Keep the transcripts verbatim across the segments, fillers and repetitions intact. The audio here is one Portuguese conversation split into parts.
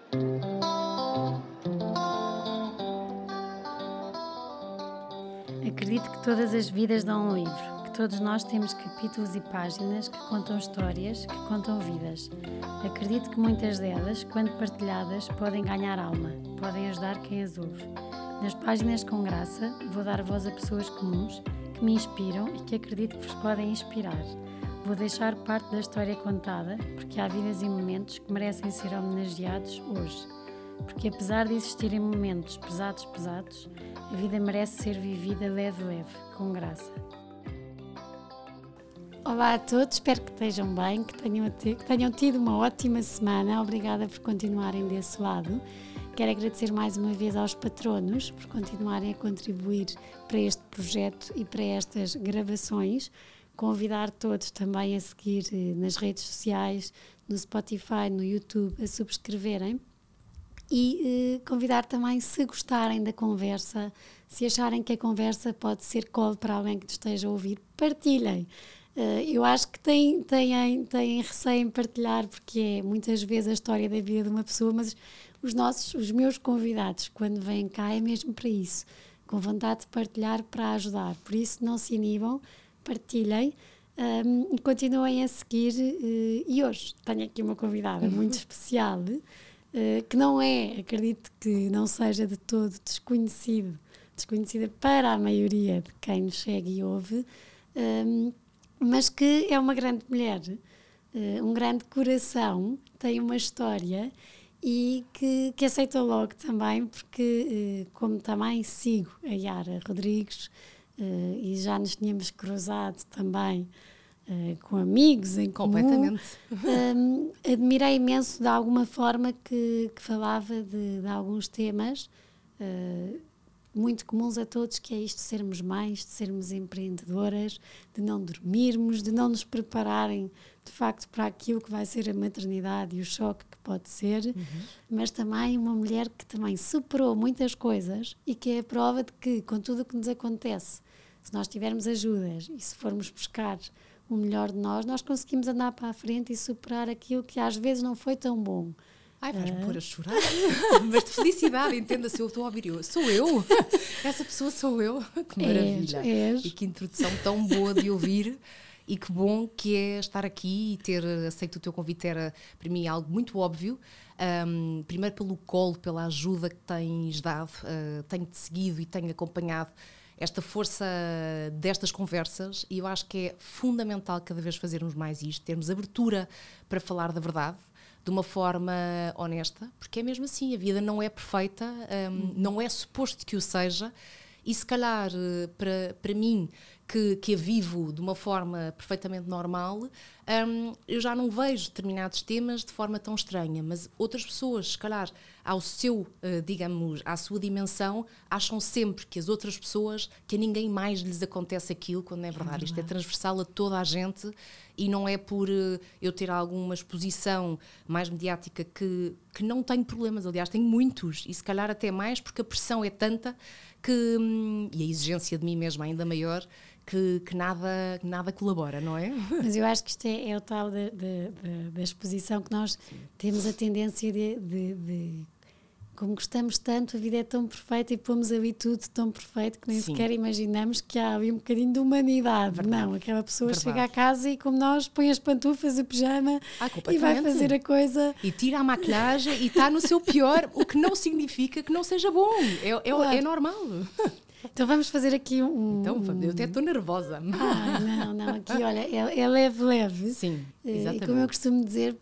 Acredito que todas as vidas dão um livro, que todos nós temos capítulos e páginas que contam histórias, que contam vidas. Acredito que muitas delas, quando partilhadas, podem ganhar alma, podem ajudar quem as ouve. Nas páginas com graça, vou dar voz a pessoas comuns, que me inspiram e que acredito que vos podem inspirar. Vou deixar parte da história contada, porque há vidas e momentos que merecem ser homenageados hoje. Porque apesar de existirem momentos pesados, pesados, a vida merece ser vivida leve, leve, com graça. Olá a todos, espero que estejam bem, que tenham, que tenham tido uma ótima semana. Obrigada por continuarem desse lado. Quero agradecer mais uma vez aos patronos por continuarem a contribuir para este projeto e para estas gravações. Convidar todos também a seguir nas redes sociais, no Spotify, no YouTube, a subscreverem. E eh, convidar também, se gostarem da conversa, se acharem que a conversa pode ser colo para alguém que te esteja a ouvir, partilhem. Uh, eu acho que têm, têm, têm receio em partilhar, porque é muitas vezes a história da vida de uma pessoa, mas os, nossos, os meus convidados, quando vêm cá, é mesmo para isso, com vontade de partilhar para ajudar. Por isso, não se inibam, partilhem um, e continuem a seguir. Uh, e hoje tenho aqui uma convidada muito especial, Uh, que não é, acredito que não seja de todo desconhecido, desconhecida para a maioria de quem nos segue e ouve, um, mas que é uma grande mulher, uh, um grande coração, tem uma história e que, que aceitou logo também, porque uh, como também sigo a Yara Rodrigues uh, e já nos tínhamos cruzado também Uh, com amigos em comum, completamente. Um, admirei imenso de alguma forma que, que falava de, de alguns temas uh, muito comuns a todos, que é isto de sermos mães, de sermos empreendedoras, de não dormirmos, de não nos prepararem de facto para aquilo que vai ser a maternidade e o choque que pode ser, uhum. Mas também uma mulher que também superou muitas coisas e que é a prova de que com tudo o que nos acontece, se nós tivermos ajudas e se formos buscar o melhor de nós, nós conseguimos andar para a frente e superar aquilo que às vezes não foi tão bom. Ai, vais-me ah. pôr a chorar. Mas de felicidade, entenda-se, eu estou a ouvir. Eu, sou eu? Essa pessoa sou eu? Que maravilha. És, és. E que introdução tão boa de ouvir. E que bom que é estar aqui e ter aceito o teu convite. Era, para mim, algo muito óbvio. Um, primeiro pelo colo, pela ajuda que tens dado. Uh, tenho-te seguido e tenho acompanhado esta força destas conversas, e eu acho que é fundamental cada vez fazermos mais isto, termos abertura para falar da verdade de uma forma honesta, porque é mesmo assim, a vida não é perfeita, um, não é suposto que o seja, e se calhar para, para mim, que, que a vivo de uma forma perfeitamente normal, um, eu já não vejo determinados temas de forma tão estranha, mas outras pessoas, se calhar, ao seu, uh, digamos, à sua dimensão, acham sempre que as outras pessoas, que a ninguém mais lhes acontece aquilo, quando é verdade. É verdade. Isto é transversal a toda a gente, e não é por uh, eu ter alguma exposição mais mediática que, que não tenho problemas, aliás, tenho muitos, e se calhar até mais, porque a pressão é tanta que, hum, e a exigência de mim mesma ainda maior, que, que nada, nada colabora, não é? Mas eu acho que isto é, é o tal da, da, da exposição que nós Sim. temos a tendência de, de, de, como gostamos tanto, a vida é tão perfeita e pomos ali tudo tão perfeito que nem Sim. sequer imaginamos que há ali um bocadinho de humanidade. Verdade. Não, aquela pessoa Verdade. Chega a casa e, como nós, põe as pantufas, o pijama ah, e vai fazer a coisa. E tira a maquilhagem e está no seu pior, o que não significa que não seja bom. É, é, claro. É normal. Então vamos fazer aqui um... Então, eu até estou nervosa. Ah, não, não, aqui olha, é, é leve, leve. Sim, exatamente. E como eu costumo dizer,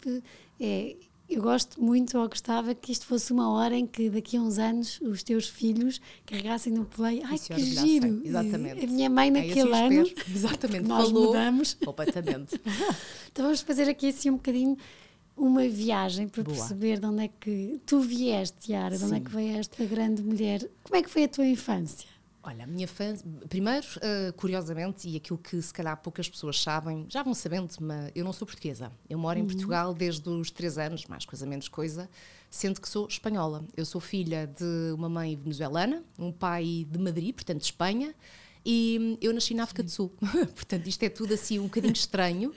é, eu gosto muito, ou gostava que isto fosse uma hora em que daqui a uns anos os teus filhos carregassem no play. Ai, que giro! Exatamente. A minha mãe naquele é ano... Exatamente, nós falou mudamos. Completamente. Então vamos fazer aqui assim um bocadinho uma viagem para Boa. Perceber de onde é que tu vieste, Yara, de onde é que veio esta grande mulher. Como é que foi a tua infância? Olha, a minha infância, primeiro, uh, curiosamente, e aquilo que se calhar poucas pessoas sabem, já vão sabendo, mas eu não sou portuguesa. Eu moro uhum. em Portugal desde os três anos, mais coisa menos coisa, sendo que sou espanhola. Eu sou filha de uma mãe venezuelana, um pai de Madrid, portanto de Espanha, e eu nasci na África do Sul. Portanto, isto é tudo assim um bocadinho estranho,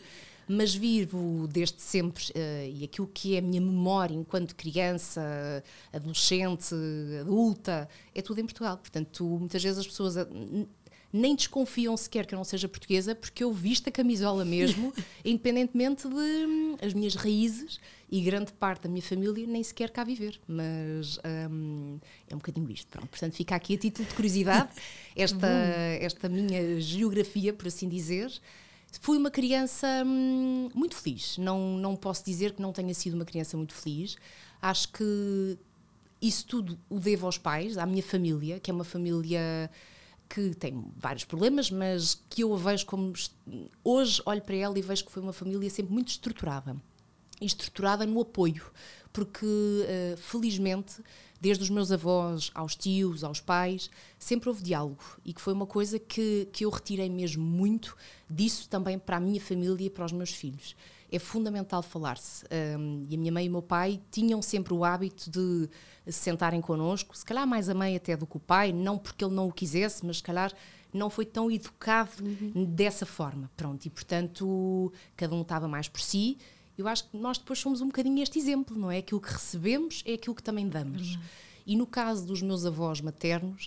mas vivo desde sempre uh, e aquilo que é a minha memória enquanto criança, adolescente, adulta, é tudo em Portugal. Portanto, muitas vezes as pessoas uh, nem desconfiam sequer que eu não seja portuguesa, porque eu visto a camisola mesmo, independentemente de um, as minhas raízes, e grande parte da minha família nem sequer cá viver, mas um, é um bocadinho isto. Pronto. Portanto, fica aqui a título de curiosidade esta, esta minha geografia, por assim dizer. Fui uma criança hum, muito feliz, não, não posso dizer que não tenha sido uma criança muito feliz. Acho que isso tudo o devo aos pais, à minha família, que é uma família que tem vários problemas, mas que eu a vejo como... Hoje olho para ela e vejo que foi uma família sempre muito estruturada. estruturada no apoio, porque uh, felizmente, desde os meus avós aos tios, aos pais, sempre houve diálogo, e que foi uma coisa que, que eu retirei mesmo muito disso também para a minha família e para os meus filhos. É fundamental falar-se, um, e a minha mãe e o meu pai tinham sempre o hábito de se sentarem connosco, se calhar mais a mãe até do que o pai, não porque ele não o quisesse, mas se calhar não foi tão educado uhum. dessa forma. Pronto, e portanto cada um estava mais por si. Eu acho que nós depois somos um bocadinho este exemplo, não é? Aquilo que recebemos é aquilo que também damos. Uhum. E no caso dos meus avós maternos,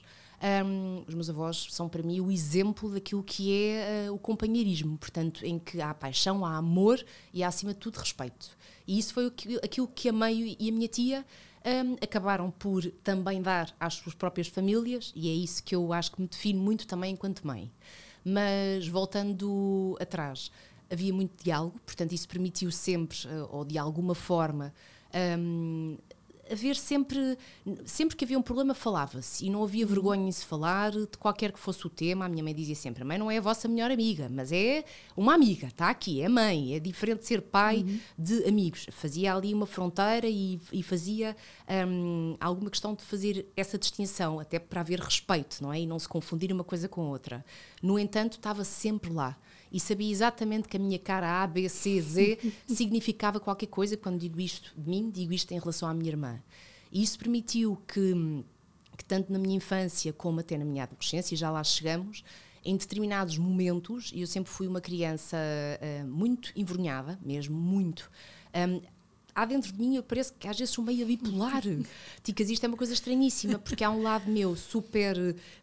um, os meus avós são para mim o exemplo daquilo que é uh, o companheirismo, portanto, em que há paixão, há amor e há, acima de tudo, respeito. E isso foi aquilo que a mãe e a minha tia um, acabaram por também dar às suas próprias famílias, e é isso que eu acho que me define muito também enquanto mãe. Mas, voltando atrás, havia muito diálogo, portanto isso permitiu sempre, ou de alguma forma, um, haver sempre, sempre que havia um problema falava-se, e não havia vergonha em se falar de qualquer que fosse o tema. A minha mãe dizia sempre, a mãe não é a vossa melhor amiga, mas é uma amiga, está aqui, é mãe, é diferente de ser pai uhum. de amigos. Fazia ali uma fronteira e, e fazia um, alguma questão de fazer essa distinção, até para haver respeito, não é? E não se confundir uma coisa com outra. No entanto, estava sempre lá. E sabia exatamente que a minha cara A, B, C, Z significava qualquer coisa. Quando digo isto de mim, digo isto em relação à minha irmã. E isso permitiu que, que tanto na minha infância como até na minha adolescência, já lá chegamos, em determinados momentos, e eu sempre fui uma criança uh, muito envergonhada, mesmo, muito... Um, há dentro de mim, eu parece que às vezes sou meio bipolar. Ticas, isto é uma coisa estranhíssima, porque há um lado meu super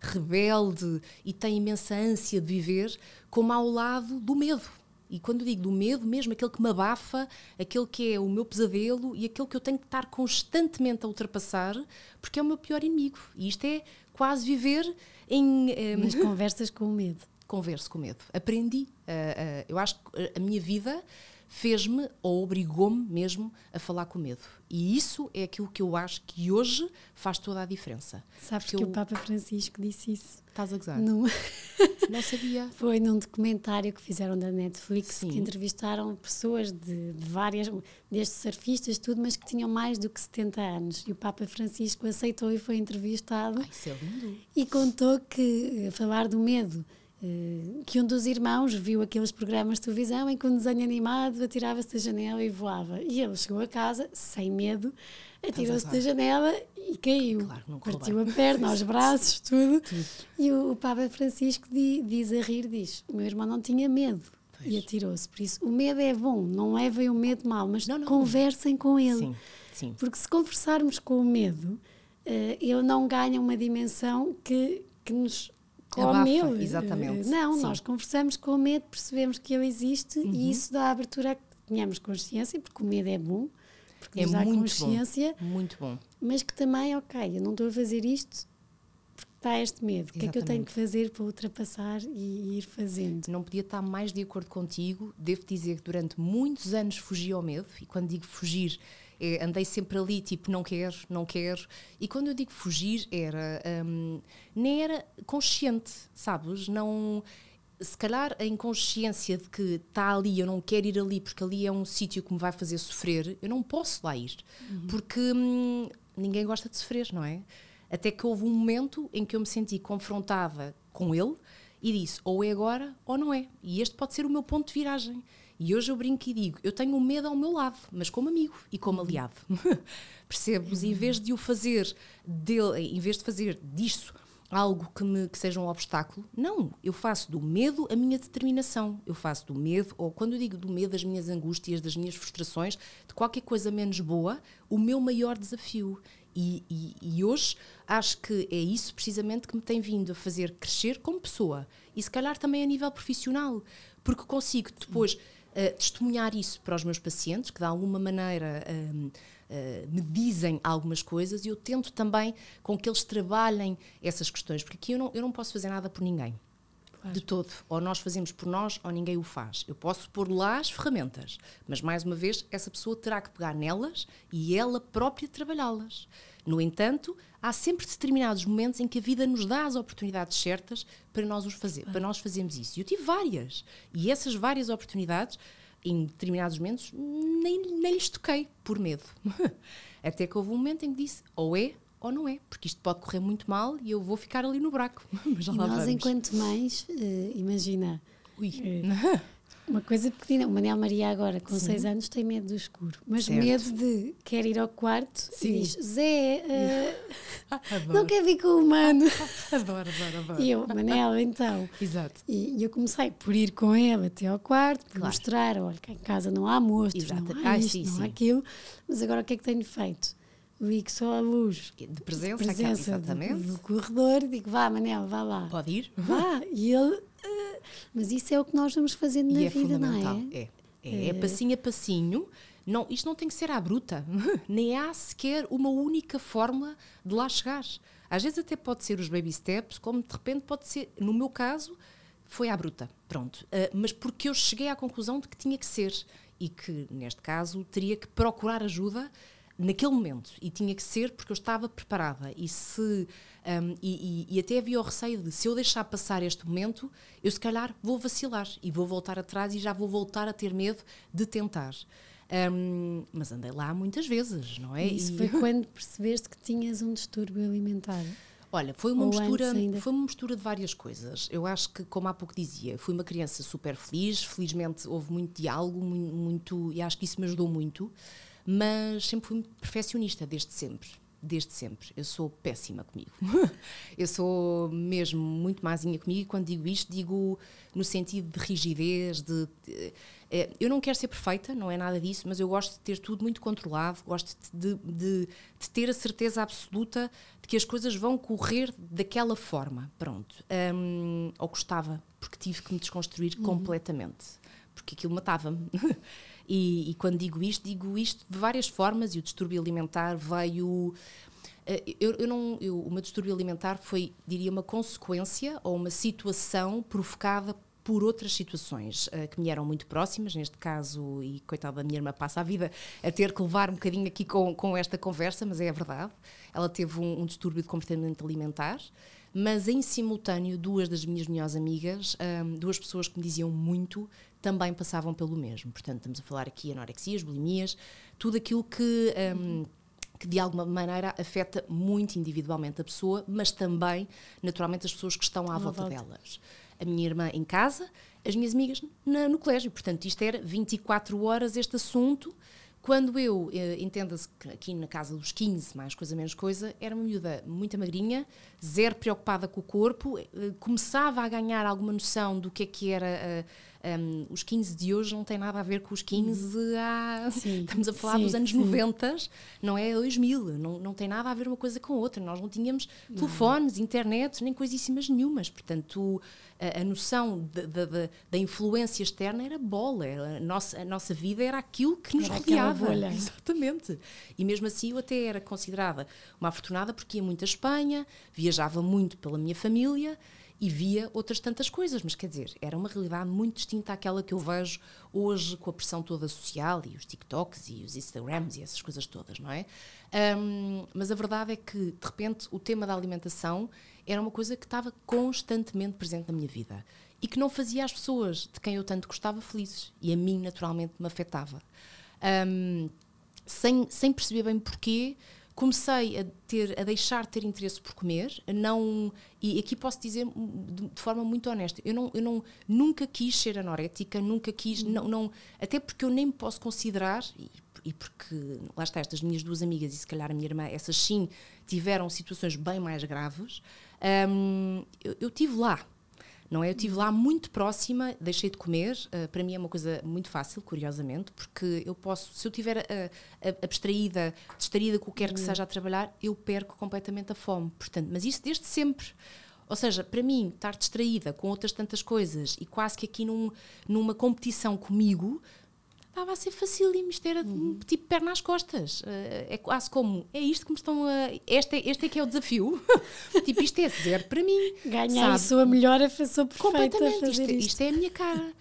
rebelde e tem imensa ânsia de viver, como há o lado do medo. E quando digo do medo, mesmo aquele que me abafa, aquele que é o meu pesadelo e aquele que eu tenho que estar constantemente a ultrapassar, porque é o meu pior inimigo. E isto é quase viver em... Um... Mas conversas com o medo. Converso com medo. Aprendi. Uh, uh, eu acho que a minha vida... fez-me ou obrigou-me mesmo a falar com medo. E isso é aquilo que eu acho que hoje faz toda a diferença. Sabes que, que eu... o Papa Francisco disse isso? Estás a gozar? Não. Não sabia. Foi num documentário que fizeram da Netflix, Sim. que entrevistaram pessoas de, de várias, desde surfistas, tudo, mas que tinham mais do que setenta anos. E o Papa Francisco aceitou e foi entrevistado. Ai, isso é lindo. E contou que, a falar do medo, que um dos irmãos viu aqueles programas de televisão em que um desenho animado atirava-se da janela e voava. E ele chegou a casa, sem medo, atirou-se da janela e caiu. Claro, não partiu a perna, os braços, tudo. tudo. E o, o Papa Francisco diz, diz a rir, diz, o meu irmão não tinha medo. Pois. E atirou-se. Por isso, o medo é bom, não levem o medo mal, mas não, não. conversem com ele. Sim, sim. Porque se conversarmos com o medo, uh, ele não ganha uma dimensão que, que nos... com Abafa, o medo. Exatamente. Não, Sim. nós conversamos com o medo, percebemos que ele existe uhum. e isso dá abertura a que tenhamos consciência, porque o medo é bom, porque é nos dá muito consciência. Bom. Muito bom. Mas que também, ok, eu não estou a fazer isto porque está este medo. Exatamente. O que é que eu tenho que fazer para ultrapassar e ir fazendo? Não podia estar mais de acordo contigo. Devo dizer que durante muitos anos fugi ao medo, e quando digo fugir, é, andei sempre ali, tipo, não quero, não quero. E quando eu digo fugir, era hum, nem era consciente, sabes? Não, se calhar a inconsciência de que está ali, eu não quero ir ali porque ali é um sítio que me vai fazer sofrer, eu não posso lá ir. Uhum. Porque hum, ninguém gosta de sofrer, não é? Até que houve um momento em que eu me senti confrontada com ele e disse, ou é agora ou não é. E este pode ser o meu ponto de viragem. E hoje eu brinco e digo, eu tenho o medo ao meu lado, mas como amigo e como aliado. Percebes? Uhum. Em vez de o fazer, dele, em vez de fazer disso algo que, me, que seja um obstáculo. Não, eu faço do medo a minha determinação. Eu faço do medo, ou quando eu digo do medo, das minhas angústias, das minhas frustrações, de qualquer coisa menos boa, o meu maior desafio. E, e, e hoje acho que é isso precisamente que me tem vindo a fazer crescer como pessoa. E se calhar também a nível profissional, porque consigo depois uh, testemunhar isso para os meus pacientes, que de alguma maneira... Um, Uh, me dizem algumas coisas e eu tento também com que eles trabalhem essas questões, porque aqui eu não, eu não posso fazer nada por ninguém, claro. De todo, ou nós fazemos por nós ou ninguém o faz. Eu posso pôr lá as ferramentas, mas mais uma vez essa pessoa terá que pegar nelas e ela própria trabalhá-las. No entanto, há sempre determinados momentos em que a vida nos dá as oportunidades certas para nós os fazer, para nós fazermos isso. E eu tive várias, e essas várias oportunidades em determinados momentos, nem, nem lhes toquei, por medo. Até que houve um momento em que disse, ou é ou não é, porque isto pode correr muito mal e eu vou ficar ali no buraco. Mas já e lá nós, vamos. Enquanto mães, uh, imagina, Ui. Uh, uma coisa pequenina, o Manel Maria agora, com Sim. seis anos, tem medo do escuro, mas certo. Medo de quer ir ao quarto Sim. e diz, Zé, uh, não quer vir com o humano. Adoro, adoro, adoro. E eu, Manel, então. Exato. E, e eu comecei por ir com ele até ao quarto, claro. Mostrar, olha, que em casa não há monstros, Exato. Não há isto, ah, sim, não sim. há aquilo, mas agora o que é que tenho feito? Ligo só a luz de presença, de presença do, do corredor e digo, vá Manel, vá lá. Pode ir? Vá. E ele, uh, mas isso é o que nós vamos fazendo e na é vida, não é? É, é, é passinho a passinho. Não, isto não tem que ser à bruta, nem há sequer uma única fórmula de lá chegar. Às vezes até pode ser os baby steps, como de repente pode ser, no meu caso, foi à bruta, pronto. Uh, mas porque eu cheguei à conclusão de que tinha que ser e que, neste caso, teria que procurar ajuda naquele momento, e tinha que ser porque eu estava preparada e, se, um, e, e, e até havia o receio de se eu deixar passar este momento, eu se calhar vou vacilar e vou voltar atrás e já vou voltar a ter medo de tentar. Um, mas andei lá muitas vezes, não é? E isso e... foi quando percebeste que tinhas um distúrbio alimentar? Olha, foi uma, mistura, foi uma mistura de várias coisas. Eu acho que, como há pouco dizia, fui uma criança super feliz, felizmente houve muito diálogo, muito, muito, e acho que isso me ajudou muito. Mas sempre fui muito perfeccionista, desde sempre, desde sempre. Eu sou péssima comigo. Eu sou mesmo muito mazinha comigo e quando digo isto, digo no sentido de rigidez, de, de, de... Eu não quero ser perfeita, não é nada disso, mas eu gosto de ter tudo muito controlado, gosto de, de, de ter a certeza absoluta de que as coisas vão correr daquela forma. Pronto. Um, ou gostava, porque tive que me desconstruir uhum. completamente, porque aquilo matava-me. E, e quando digo isto, digo isto de várias formas, e o distúrbio alimentar veio... Eu, eu não, eu, o meu distúrbio alimentar foi, diria, uma consequência ou uma situação provocada por outras situações uh, que me eram muito próximas, neste caso, e coitada da minha irmã passa a vida a ter que levar um bocadinho aqui com, com esta conversa, mas é a verdade. Ela teve um, um distúrbio de comportamento alimentar, mas em simultâneo duas das minhas melhores amigas, um, duas pessoas que me diziam muito, também passavam pelo mesmo. Portanto, estamos a falar aqui anorexias, bulimias, tudo aquilo que, um, que de alguma maneira afeta muito individualmente a pessoa, mas também, naturalmente, as pessoas que estão à volta, volta delas. A minha irmã em casa, as minhas amigas na, no colégio. Portanto, isto era vinte e quatro horas este assunto. Quando eu, eh, entenda-se que aqui na casa dos quinze, mais coisa menos coisa, era uma miúda muito magrinha, zero preocupada com o corpo, eh, começava a ganhar alguma noção do que é que era... Eh, Um, os quinze de hoje não tem nada a ver com os quinze há... Sim, estamos a falar sim, dos anos sim. noventa, não é dois mil, não, não tem nada a ver uma coisa com outra. Nós não tínhamos não. telefones, internet, nem coisíssimas nenhumas. Portanto, a, a noção de, de, de, da influência externa era bola. Era, a, nossa, a nossa vida era aquilo que nos era rodeava. Exatamente. E mesmo assim eu até era considerada uma afortunada porque ia muito à Espanha, viajava muito pela minha família, e via outras tantas coisas, mas quer dizer, era uma realidade muito distinta àquela que eu vejo hoje com a pressão toda social e os TikToks e os Instagrams e essas coisas todas, não é? Um, mas a verdade é que, de repente, o tema da alimentação era uma coisa que estava constantemente presente na minha vida e que não fazia as pessoas de quem eu tanto gostava felizes e a mim, naturalmente, me afetava. Um, sem, sem perceber bem porquê, comecei a, ter, a deixar de ter interesse por comer, não, e aqui posso dizer de, de forma muito honesta, eu, não, eu não, nunca quis ser anorética, nunca quis, não, não, até porque eu nem me posso considerar, e, e porque, lá está, estas minhas duas amigas e se calhar a minha irmã, essas sim tiveram situações bem mais graves, Um, eu, eu estive lá, não é? Eu estive lá muito próxima, deixei de comer. Uh, para mim é uma coisa muito fácil, curiosamente, porque eu posso, se eu estiver uh, uh, abstraída, distraída com o que quer que seja a trabalhar, eu perco completamente a fome. Portanto, mas isso desde sempre. Ou seja, para mim, estar distraída com outras tantas coisas e quase que aqui num, numa competição comigo, estava a ser facílimo, isto era uhum. tipo perna às costas. Uh, é quase como, é isto que me estão a... Este é, este é que é o desafio. Tipo, isto é zero para mim. Ganhar isso a melhor, a pessoa perfeita. Completamente, a isto, isto. isto é a minha cara.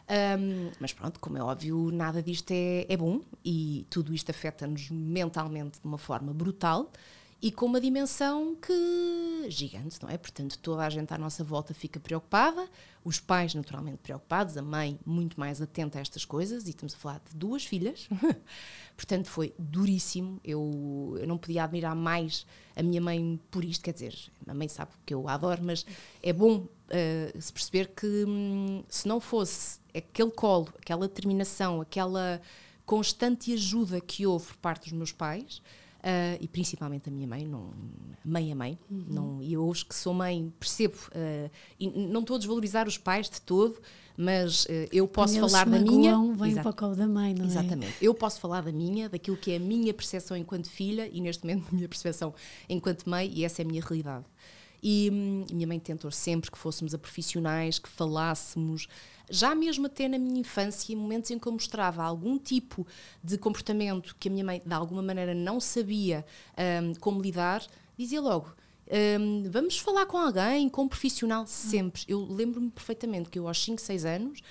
Um, mas pronto, como é óbvio, nada disto é, é bom e tudo isto afeta-nos mentalmente de uma forma brutal. E com uma dimensão que gigante, não é? Portanto, toda a gente à nossa volta fica preocupada, os pais naturalmente preocupados, a mãe muito mais atenta a estas coisas, e estamos a falar de duas filhas. Portanto, foi duríssimo. Eu, eu não podia admirar mais a minha mãe por isto, quer dizer, a mãe sabe que eu a adoro, mas é bom uh, se perceber que hum, se não fosse aquele colo, aquela determinação, aquela constante ajuda que houve por parte dos meus pais, Uh, e principalmente a minha mãe, não, mãe é mãe, uhum. não, e eu hoje que sou mãe percebo, uh, e não estou a desvalorizar os pais de todo, mas uh, eu posso Quando falar eles da minha... vem para o colo da mãe, não Exatamente. é? Eu posso falar da minha, daquilo que é a minha percepção enquanto filha e neste momento a minha percepção enquanto mãe, e essa é a minha realidade. E hum, a minha mãe tentou sempre que fôssemos a profissionais, que falássemos, já mesmo até na minha infância, em momentos em que eu mostrava algum tipo de comportamento que a minha mãe de alguma maneira não sabia um, como lidar, dizia logo, um, vamos falar com alguém, com um profissional, sempre. Eu lembro-me perfeitamente que eu aos cinco, seis anos,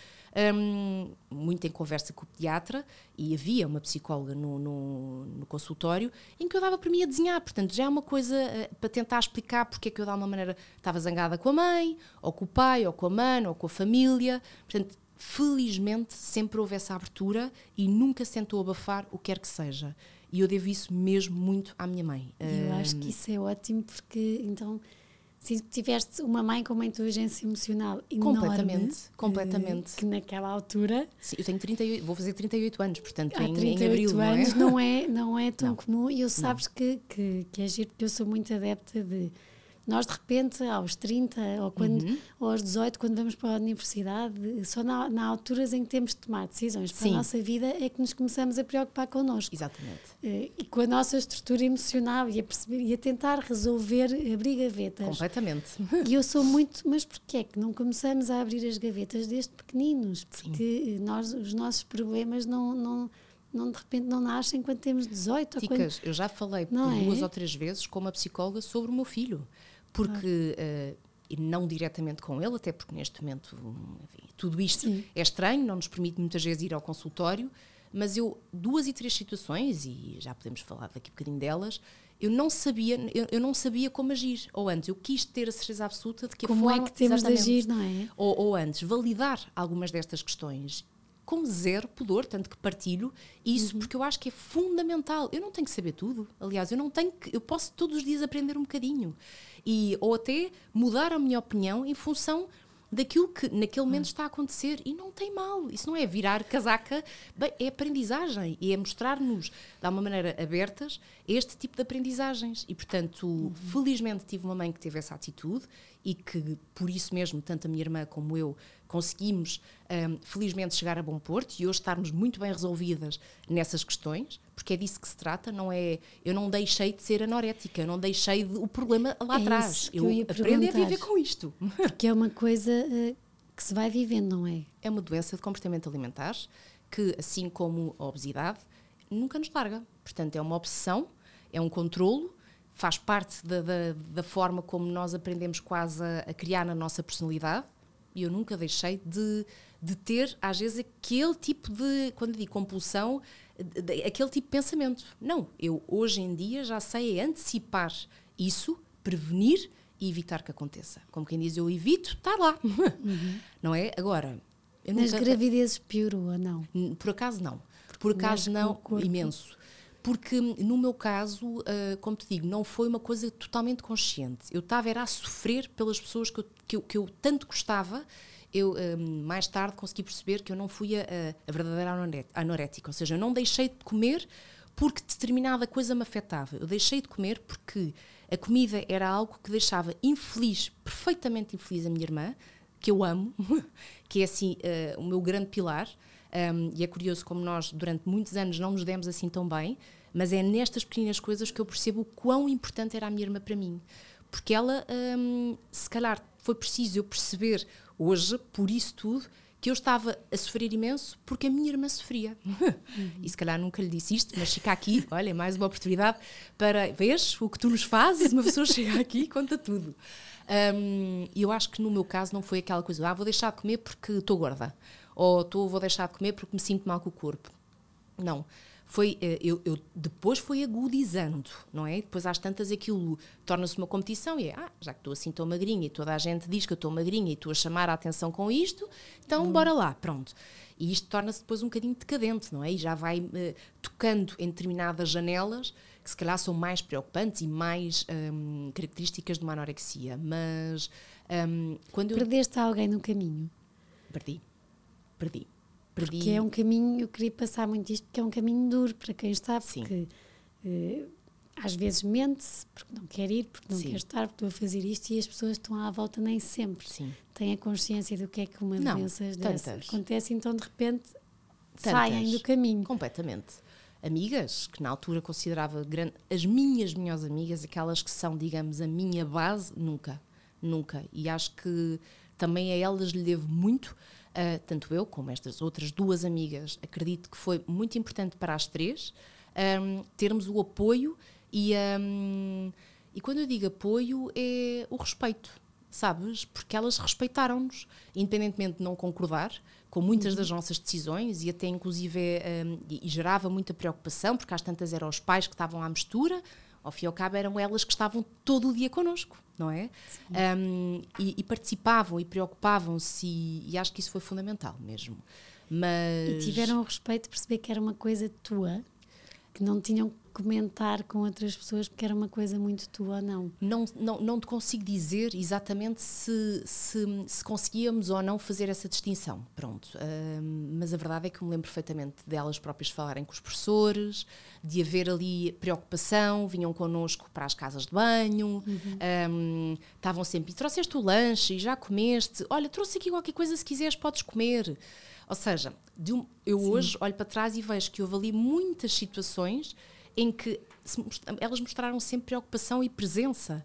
Um, muito em conversa com o pediatra, e havia uma psicóloga no, no, no consultório em que eu dava para mim a desenhar, portanto já é uma coisa uh, para tentar explicar porque é que eu de alguma maneira estava zangada com a mãe, ou com o pai, ou com a mãe, ou com a família. Portanto, felizmente sempre houve essa abertura e nunca se tentou abafar o que quer que seja, e eu devo isso mesmo muito à minha mãe. Eu um, acho que isso é ótimo, porque então se tiveste uma mãe com uma inteligência emocional enorme, completamente, completamente. Que naquela altura... Sim, eu tenho trinta e oito, vou fazer trinta e oito anos, portanto, há em, trinta e oito em abril, anos não é? Não é, não é tão não. comum, e eu sabes que, que, que é giro, porque eu sou muito adepta de... Nós, de repente, aos trinta ou, quando, uhum. ou aos dezoito, quando vamos para a universidade, só na, na alturas em que temos de tomar decisões para Sim. a nossa vida é que nos começamos a preocupar connosco. Exatamente. E com a nossa estrutura emocional e a, perceber, e a tentar resolver, abrir gavetas. Completamente. E eu sou muito... Mas porquê é que não começamos a abrir as gavetas desde pequeninos? Porque nós, os nossos problemas não... não Não, de repente não nascem quando temos dezoito. Ticas, quando... eu já falei por não duas é? ou três vezes com uma psicóloga sobre o meu filho, porque, ah. uh, e não diretamente com ele, até porque neste momento, enfim, tudo isto Sim. é estranho, não nos permite muitas vezes ir ao consultório, mas eu, duas e três situações, e já podemos falar daqui um bocadinho delas, eu não sabia, eu, eu não sabia como agir, ou antes, eu quis ter a certeza absoluta de que como a forma... é que temos de agir, não é? Ou, ou antes, validar algumas destas questões, com zero pudor, tanto que partilho isso, uhum. porque eu acho que é fundamental. Eu não tenho que saber tudo, aliás, eu não tenho que, eu posso todos os dias aprender um bocadinho, e, ou até mudar a minha opinião em função daquilo que naquele momento está a acontecer, e não tem mal, isso não é virar casaca, bem, é aprendizagem, e é mostrar-nos de uma maneira abertas este tipo de aprendizagens, e portanto, uhum. felizmente tive uma mãe que teve essa atitude, e que por isso mesmo, tanto a minha irmã como eu, conseguimos um, felizmente chegar a bom porto, e hoje estarmos muito bem resolvidas nessas questões, porque é disso que se trata, não é, eu não deixei de ser anorética, eu não deixei de, o problema lá é atrás, eu, eu aprendo a viver com isto. Porque é uma coisa uh, que se vai vivendo, não é? É uma doença de comportamento alimentar que, assim como a obesidade, nunca nos larga, portanto é uma obsessão, é um controlo, faz parte da, da, da forma como nós aprendemos quase a, a criar na nossa personalidade, e eu nunca deixei de, de ter, às vezes, aquele tipo de, quando eu digo compulsão, de, de, aquele tipo de pensamento. Não, eu hoje em dia já sei antecipar isso, prevenir e evitar que aconteça. Como quem diz, eu evito estar lá. Uhum. Não é? Agora... Eu Nas nunca... gravidezes piorou ou não? Por acaso não. Por acaso não, imenso. Porque no meu caso, uh, como te digo, não foi uma coisa totalmente consciente. Eu estava era a sofrer pelas pessoas que eu, que eu, que eu tanto gostava. Eu um, mais tarde consegui perceber que eu não fui a, a verdadeira anorética, ou seja, eu não deixei de comer porque determinada coisa me afetava. Eu deixei de comer porque a comida era algo que deixava infeliz, perfeitamente infeliz a minha irmã, que eu amo, que é assim uh, o meu grande pilar, um, e é curioso como nós durante muitos anos não nos demos assim tão bem, mas é nestas pequenas coisas que eu percebo o quão importante era a minha irmã para mim, porque ela, um, se calhar foi preciso eu perceber hoje, por isso tudo, que eu estava a sofrer imenso porque a minha irmã sofria. Uhum. E se calhar nunca lhe disse isto, mas fica aqui, olha, mais uma oportunidade para, vês o que tu nos fazes, uma pessoa chega aqui e conta tudo. Um, e eu acho que no meu caso não foi aquela coisa, ah, vou deixar de comer porque estou gorda, ou tô, vou deixar de comer porque me sinto mal com o corpo. Não. Foi, eu, eu depois foi agudizando, não é? Depois às tantas aquilo torna-se uma competição e é, ah, já que estou assim tão magrinha e toda a gente diz que eu estou magrinha e estou a chamar a atenção com isto, então hum. bora lá, pronto. E isto torna-se depois um bocadinho decadente, não é? E já vai uh, tocando em determinadas janelas que se calhar são mais preocupantes e mais um, características de uma anorexia. Mas um, quando eu... Perdeste alguém no caminho? Perdi, perdi. Porque é um caminho, eu queria passar muito isto, porque é um caminho duro para quem está, porque uh, às vezes mente-se, porque não quer ir, porque não Sim. quer estar, porque estou a fazer isto, e as pessoas estão à volta nem sempre Sim. têm a consciência do que é que uma doença dessas acontece, então de repente tantas. saem do caminho. Completamente. Amigas, que na altura considerava grande, as minhas melhores amigas, aquelas que são, digamos, a minha base, nunca, nunca. E acho que também a elas lhe devo muito. Uh, tanto eu como estas outras duas amigas, acredito que foi muito importante para as três um, termos o apoio e, um, e quando eu digo apoio é o respeito, sabes? Porque elas respeitaram-nos, independentemente de não concordar com muitas das nossas decisões e até inclusive um, e, e gerava muita preocupação, porque às tantas eram os pais que estavam à mistura, ao fim e ao cabo eram elas que estavam todo o dia connosco, não é? Um, e, e participavam e preocupavam-se e, e acho que isso foi fundamental mesmo. Mas... E tiveram o respeito de perceber que era uma coisa tua, que não tinham que comentar com outras pessoas porque era uma coisa muito tua ou não? Não, não, não te consigo dizer exatamente se, se, se conseguíamos ou não fazer essa distinção, pronto. Um, mas a verdade é que me lembro perfeitamente delas próprias falarem com os professores, de haver ali preocupação, vinham connosco para as casas de banho, uhum. um, estavam sempre, trouxeste o lanche e já comeste, olha, trouxe aqui qualquer coisa, se quiseres podes comer. Ou seja, de um, eu Sim. hoje olho para trás e vejo que houve ali muitas situações em que se, elas mostraram sempre preocupação e presença.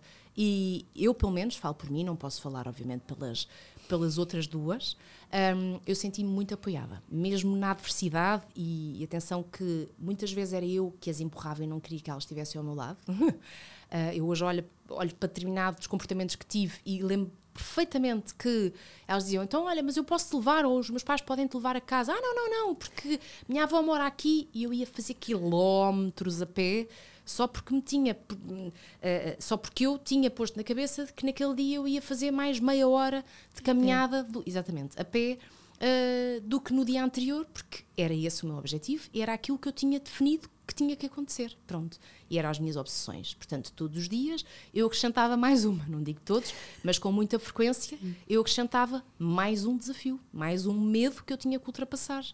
E eu, pelo menos, falo por mim, não posso falar, obviamente, pelas, pelas outras duas, um, eu senti-me muito apoiada, mesmo na adversidade, e, e atenção que muitas vezes era eu que as empurrava e não queria que elas estivessem ao meu lado. uh, eu hoje olho, olho para determinados comportamentos que tive e lembro perfeitamente que elas diziam, então olha, mas eu posso te levar, ou os meus pais podem te levar a casa. Ah, não, não, não, porque minha avó mora aqui, e eu ia fazer quilómetros a pé só porque me tinha uh, só porque eu tinha posto na cabeça que naquele dia eu ia fazer mais meia hora de caminhada, do, exatamente, a pé, uh, do que no dia anterior, porque era esse o meu objetivo, e era aquilo que eu tinha definido que tinha que acontecer, pronto, e eram as minhas obsessões. Portanto, todos os dias eu acrescentava mais uma, não digo todos, mas com muita frequência eu acrescentava mais um desafio, mais um medo que eu tinha que ultrapassar.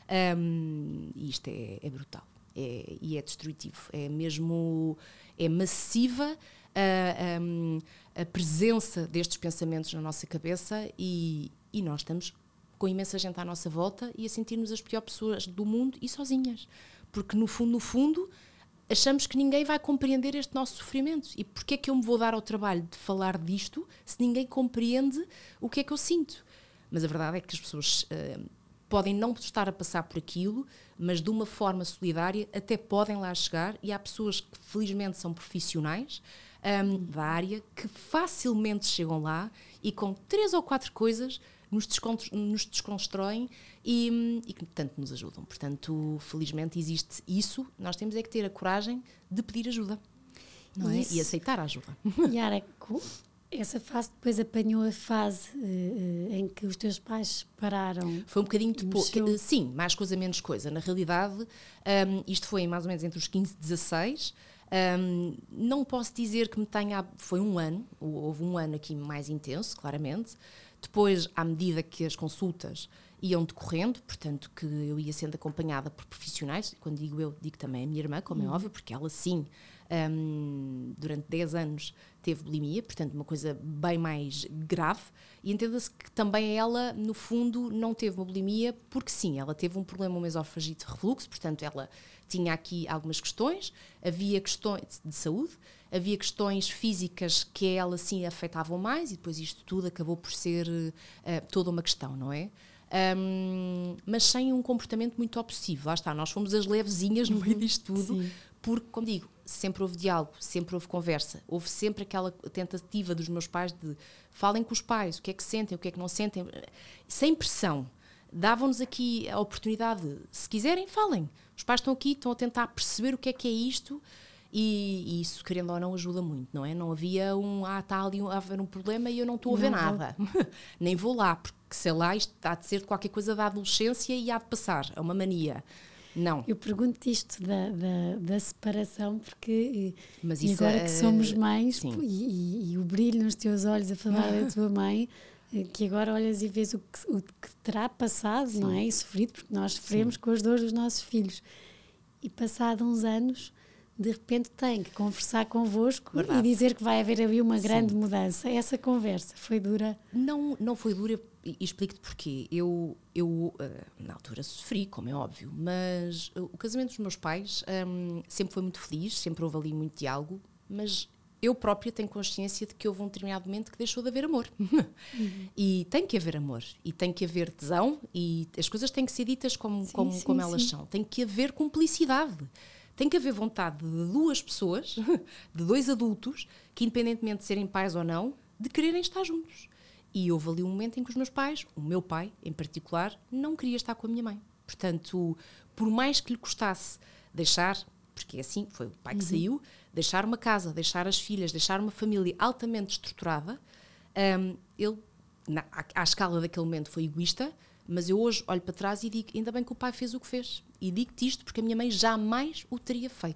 Um, e isto é, é brutal, é, e é destrutivo, é mesmo, é massiva a, a, a presença destes pensamentos na nossa cabeça, e, e nós estamos com imensa gente à nossa volta e a sentir-nos as piores pessoas do mundo e sozinhas. Porque, no fundo, no fundo, achamos que ninguém vai compreender este nosso sofrimento. E porquê é que eu me vou dar ao trabalho de falar disto se ninguém compreende o que é que eu sinto? Mas a verdade é que as pessoas uh, podem não estar a passar por aquilo, mas de uma forma solidária até podem lá chegar, e há pessoas que felizmente são profissionais um, da área que facilmente chegam lá e com três ou quatro coisas nos, nos desconstroem e, e que tanto nos ajudam. Portanto, felizmente existe isso, nós temos é que ter a coragem de pedir ajuda, não é? E aceitar a ajuda. Yara, essa fase depois apanhou a fase uh, em que os teus pais pararam? Foi um bocadinho depois, seu... sim, mais coisa menos coisa. Na realidade, um, isto foi mais ou menos entre os quinze e dezasseis. Um, não posso dizer que me tenha... Foi um ano, houve um ano aqui mais intenso, claramente. Depois, à medida que as consultas iam decorrendo, portanto que eu ia sendo acompanhada por profissionais, quando digo eu, digo também a minha irmã, como uhum. é óbvio, porque ela sim, um, durante dez anos teve bulimia, portanto uma coisa bem mais grave, e entenda-se que também ela, no fundo, não teve uma bulimia, porque sim, ela teve um problema, um esofagite refluxo, portanto ela tinha aqui algumas questões, havia questões de saúde, havia questões físicas que a ela sim afetavam mais, e depois isto tudo acabou por ser uh, toda uma questão, não é? Um, mas sem um comportamento muito obsessivo. Lá está, nós fomos as levezinhas no meio disto tudo, sim. Porque, como digo, sempre houve diálogo, sempre houve conversa, houve sempre aquela tentativa dos meus pais de falem com os pais, o que é que sentem, o que é que não sentem, sem pressão. Davam-nos aqui a oportunidade, se quiserem, falem. Os pais estão aqui, estão a tentar perceber o que é que é isto, e, e isso, querendo ou não, ajuda muito, não é? Não havia um, ah, está ali a haver um problema e eu não estou a ver não, nada. Nem vou lá, porque sei lá, isto há de ser qualquer coisa da adolescência e há de passar, é uma mania. Não. Eu pergunto isto da, da, da separação porque Mas isso agora é, que somos mães e, e, e o brilho nos teus olhos a falar da tua mãe, que agora olhas e vês o que, o que terá passado, sim. não é? E sofrido, porque nós sofremos sim. com as dores dos nossos filhos. E passado uns anos, de repente tem que conversar convosco Verdade. E dizer que vai haver ali uma grande sim. mudança. Essa conversa foi dura? Não, não foi dura. E explico-te porquê. Eu, eu uh, na altura sofri, como é óbvio, mas uh, o casamento dos meus pais um, sempre foi muito feliz, sempre houve ali muito diálogo, mas eu própria tenho consciência de que houve um determinado momento que deixou de haver amor. Uhum. E tem que haver amor, e tem que haver tesão, e as coisas têm que ser ditas como, sim, como, sim, como elas sim. são. Tem que haver cumplicidade. Tem que haver vontade de duas pessoas, de dois adultos, que independentemente de serem pais ou não, de quererem estar juntos. E houve ali um momento em que os meus pais, o meu pai em particular, não queria estar com a minha mãe. Portanto, por mais que lhe custasse deixar, porque é assim, foi o pai que uhum. saiu, deixar uma casa, deixar as filhas, deixar uma família altamente estruturada, um, ele, na, à, à escala daquele momento, foi egoísta, mas eu hoje olho para trás e digo, ainda bem que o pai fez o que fez. E digo-te isto porque a minha mãe jamais o teria feito.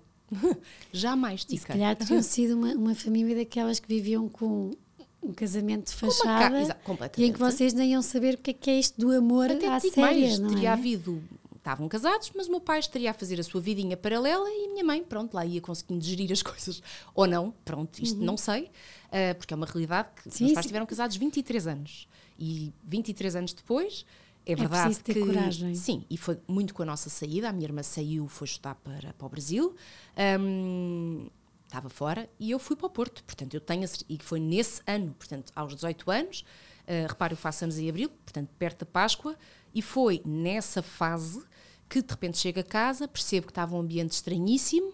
Jamais, Tica. E se calhar teriam sido uma, uma família daquelas que viviam com um casamento de fachada ca... e em que vocês nem iam saber o que é, que é isto do amor Até à séria, mais, não teria é? havido, estavam casados, mas o meu pai estaria a fazer a sua vidinha paralela e a minha mãe, pronto, lá ia conseguindo gerir as coisas. Ou não, pronto, isto uhum. não sei, uh, porque é uma realidade que sim, meus pais sim. tiveram casados vinte e três anos. E vinte e três anos depois, é, é verdade ter que... coragem. Sim, e foi muito com a nossa saída. A minha irmã saiu, foi estudar para, para o Brasil. Um, estava fora e eu fui para o Porto, portanto eu tenho, e foi nesse ano, portanto aos dezoito anos, uh, repare, eu faço anos em abril, portanto perto da Páscoa, e foi nessa fase que de repente chego a casa, percebo que estava um ambiente estranhíssimo,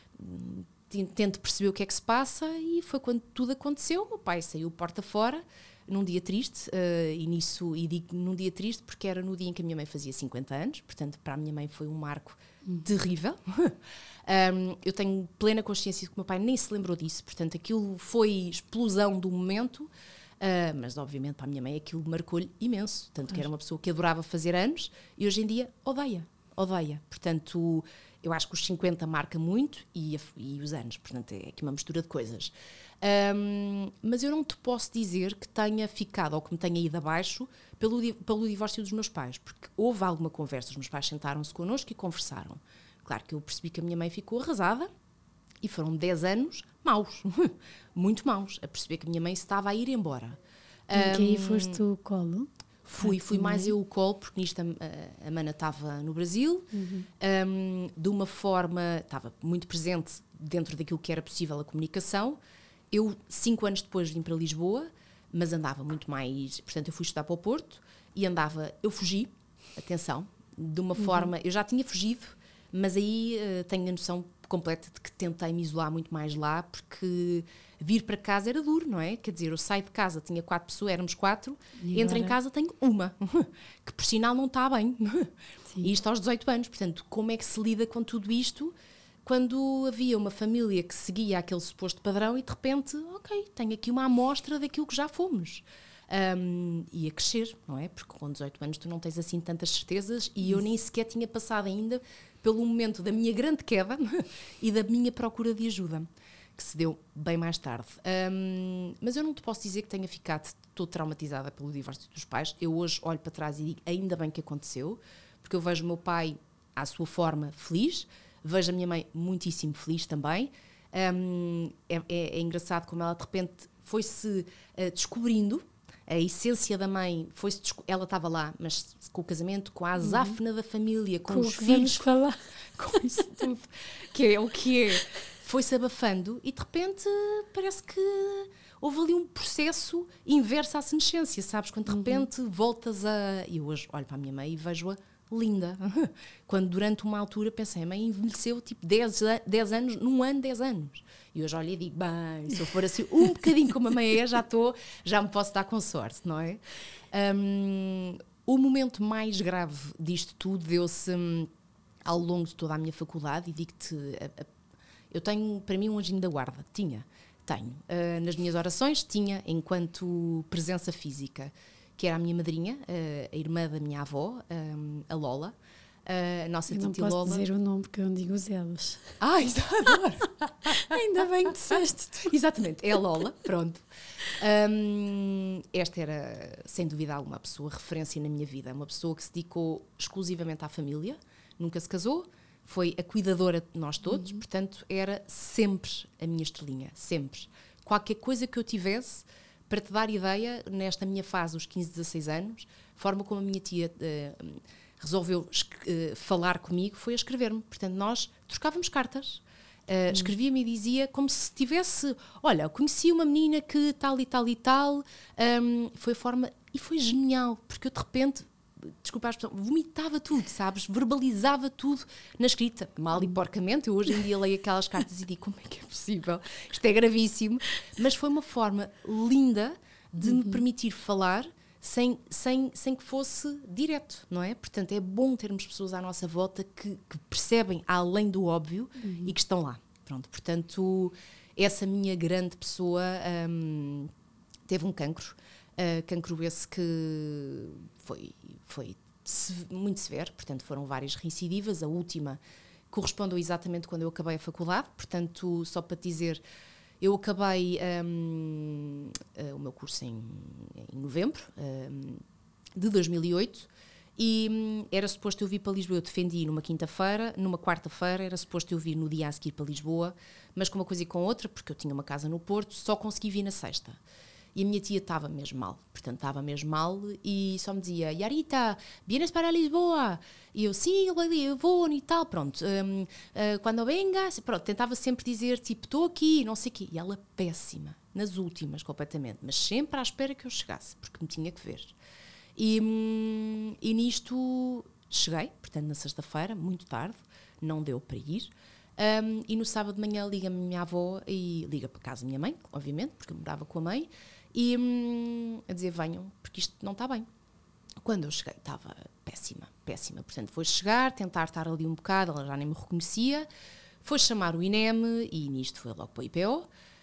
tento perceber o que é que se passa, e foi quando tudo aconteceu. O meu pai saiu porta fora num dia triste, uh, e nisso, e digo num dia triste porque era no dia em que a minha mãe fazia cinquenta anos, portanto para a minha mãe foi um marco hum. terrível. Um, eu tenho plena consciência de que o meu pai nem se lembrou disso, portanto aquilo foi explosão do momento, uh, mas obviamente para a minha mãe aquilo marcou-lhe imenso, tanto que era uma pessoa que adorava fazer anos e hoje em dia odeia, odeia, portanto eu acho que os cinquenta marca muito e, a, e os anos, portanto é aqui uma mistura de coisas. Um, mas eu não te posso dizer que tenha ficado ou que me tenha ido abaixo pelo, pelo divórcio dos meus pais, porque houve alguma conversa, os meus pais sentaram-se connosco e conversaram. Claro que eu percebi que a minha mãe ficou arrasada e foram dez anos maus, muito maus, a perceber que a minha mãe se estava a ir embora. E um, aí foste o colo? Fui, fui mais eu o colo, porque nisto a, a Mana estava no Brasil, uhum. um, de uma forma, estava muito presente dentro daquilo que era possível a comunicação. Eu, cinco anos depois, vim para Lisboa, mas andava muito mais, portanto eu fui estudar para o Porto e andava, eu fugi, atenção, de uma uhum. forma, eu já tinha fugido, mas aí uh, tenho a noção completa de que tentei me isolar muito mais lá, porque vir para casa era duro, não é? Quer dizer, eu saio de casa, tinha quatro pessoas, éramos quatro, e entro em casa, tenho uma, que por sinal não está bem. Sim. E isto aos dezoito anos, portanto, como é que se lida com tudo isto quando havia uma família que seguia aquele suposto padrão e de repente, ok, tenho aqui uma amostra daquilo que já fomos. Um, e a crescer, não é? Porque com dezoito anos tu não tens assim tantas certezas e Isso. eu nem sequer tinha passado ainda pelo momento da minha grande queda e da minha procura de ajuda. que se deu bem mais tarde. Um, mas eu não te posso dizer que tenha ficado todo traumatizada pelo divórcio dos pais. Eu hoje olho para trás e digo, ainda bem que aconteceu, porque eu vejo o meu pai, à sua forma, feliz, vejo a minha mãe muitíssimo feliz também. Um, é, é, é engraçado como ela, de repente, foi-se uh, descobrindo. A essência da mãe, foi-se, ela estava lá, mas com o casamento, com a azáfena uhum. da família, com, com os filhos, falar. com isso tudo, que é o que é, foi-se abafando e de repente parece que houve ali um processo inverso à senescência, sabes? Quando de repente uhum. voltas a... E eu hoje olho para a minha mãe e vejo-a linda. Quando durante uma altura pensei, a mãe envelheceu tipo dez anos, num ano dez anos. E hoje olho e digo, bem, se eu for assim um bocadinho como a mãe é, já estou, já me posso dar com sorte, não é? Um, o momento mais grave disto tudo deu-se um, ao longo de toda a minha faculdade, e digo-te, a, a, eu tenho para mim um anjinho da guarda, tinha, tenho. Uh, nas minhas orações tinha, enquanto presença física, que era a minha madrinha, uh, a irmã da minha avó, um, a Lola. Uh, a nossa eu não titi posso Lola. dizer o nome porque eu não digo os elos. Ah, adoro! Ainda bem que disseste tu. Exatamente, é a Lola, pronto. Um, esta era, sem dúvida alguma, a pessoa referência na minha vida. Uma pessoa que se dedicou exclusivamente à família, nunca se casou, foi a cuidadora de nós todos, uhum. portanto, era sempre a minha estrelinha, sempre. Qualquer coisa que eu tivesse, para te dar ideia, nesta minha fase, os quinze, dezasseis anos, a forma como a minha tia... Uh, resolveu uh, falar comigo, foi a escrever-me. Portanto, nós trocávamos cartas. Uh, hum. Escrevia-me e dizia como se tivesse... Olha, conheci uma menina que tal e tal e tal. Um, foi a forma... E foi genial, porque eu, de repente, desculpa a expressão, vomitava tudo, sabes? Verbalizava tudo na escrita. Mal e porcamente. Eu hoje em dia leio aquelas cartas e digo, como é que é possível? Isto é gravíssimo. Mas foi uma forma linda de uhum. me permitir falar Sem, sem, sem que fosse direto, não é? Portanto, é bom termos pessoas à nossa volta que, que percebem além do óbvio uhum. e que estão lá. Pronto, portanto, essa minha grande pessoa um, teve um cancro, uh, cancro esse que foi, foi muito severo, portanto, foram várias reincidivas, a última correspondeu exatamente quando eu acabei a faculdade, portanto, só para te dizer... Eu acabei um, uh, o meu curso em, em novembro um, de dois mil e oito e um, era suposto eu vir para Lisboa. Eu defendi numa quinta-feira, numa quarta-feira, era suposto eu vir no dia a seguir para Lisboa, mas com uma coisa e com outra, porque eu tinha uma casa no Porto, só consegui vir na sexta. E a minha tia estava mesmo mal, portanto estava mesmo mal e só me dizia, Yarita, vienes para Lisboa? E eu, sim, eu vou e tal, pronto, um, uh, quando vengas, pronto, tentava sempre dizer, tipo, estou aqui, não sei o quê. E ela péssima, nas últimas completamente, mas sempre à espera que eu chegasse, porque me tinha que ver. E, hum, e nisto cheguei, portanto na sexta-feira, muito tarde, não deu para ir. Um, e no sábado de manhã liga-me a minha avó e liga para casa a minha mãe, obviamente, porque eu morava com a mãe, e hum, a dizer, venham, porque isto não está bem. Quando eu cheguei estava péssima, péssima, portanto foi chegar, tentar estar ali um bocado, ela já nem me reconhecia, foi chamar o I N E M e nisto foi logo para o I P O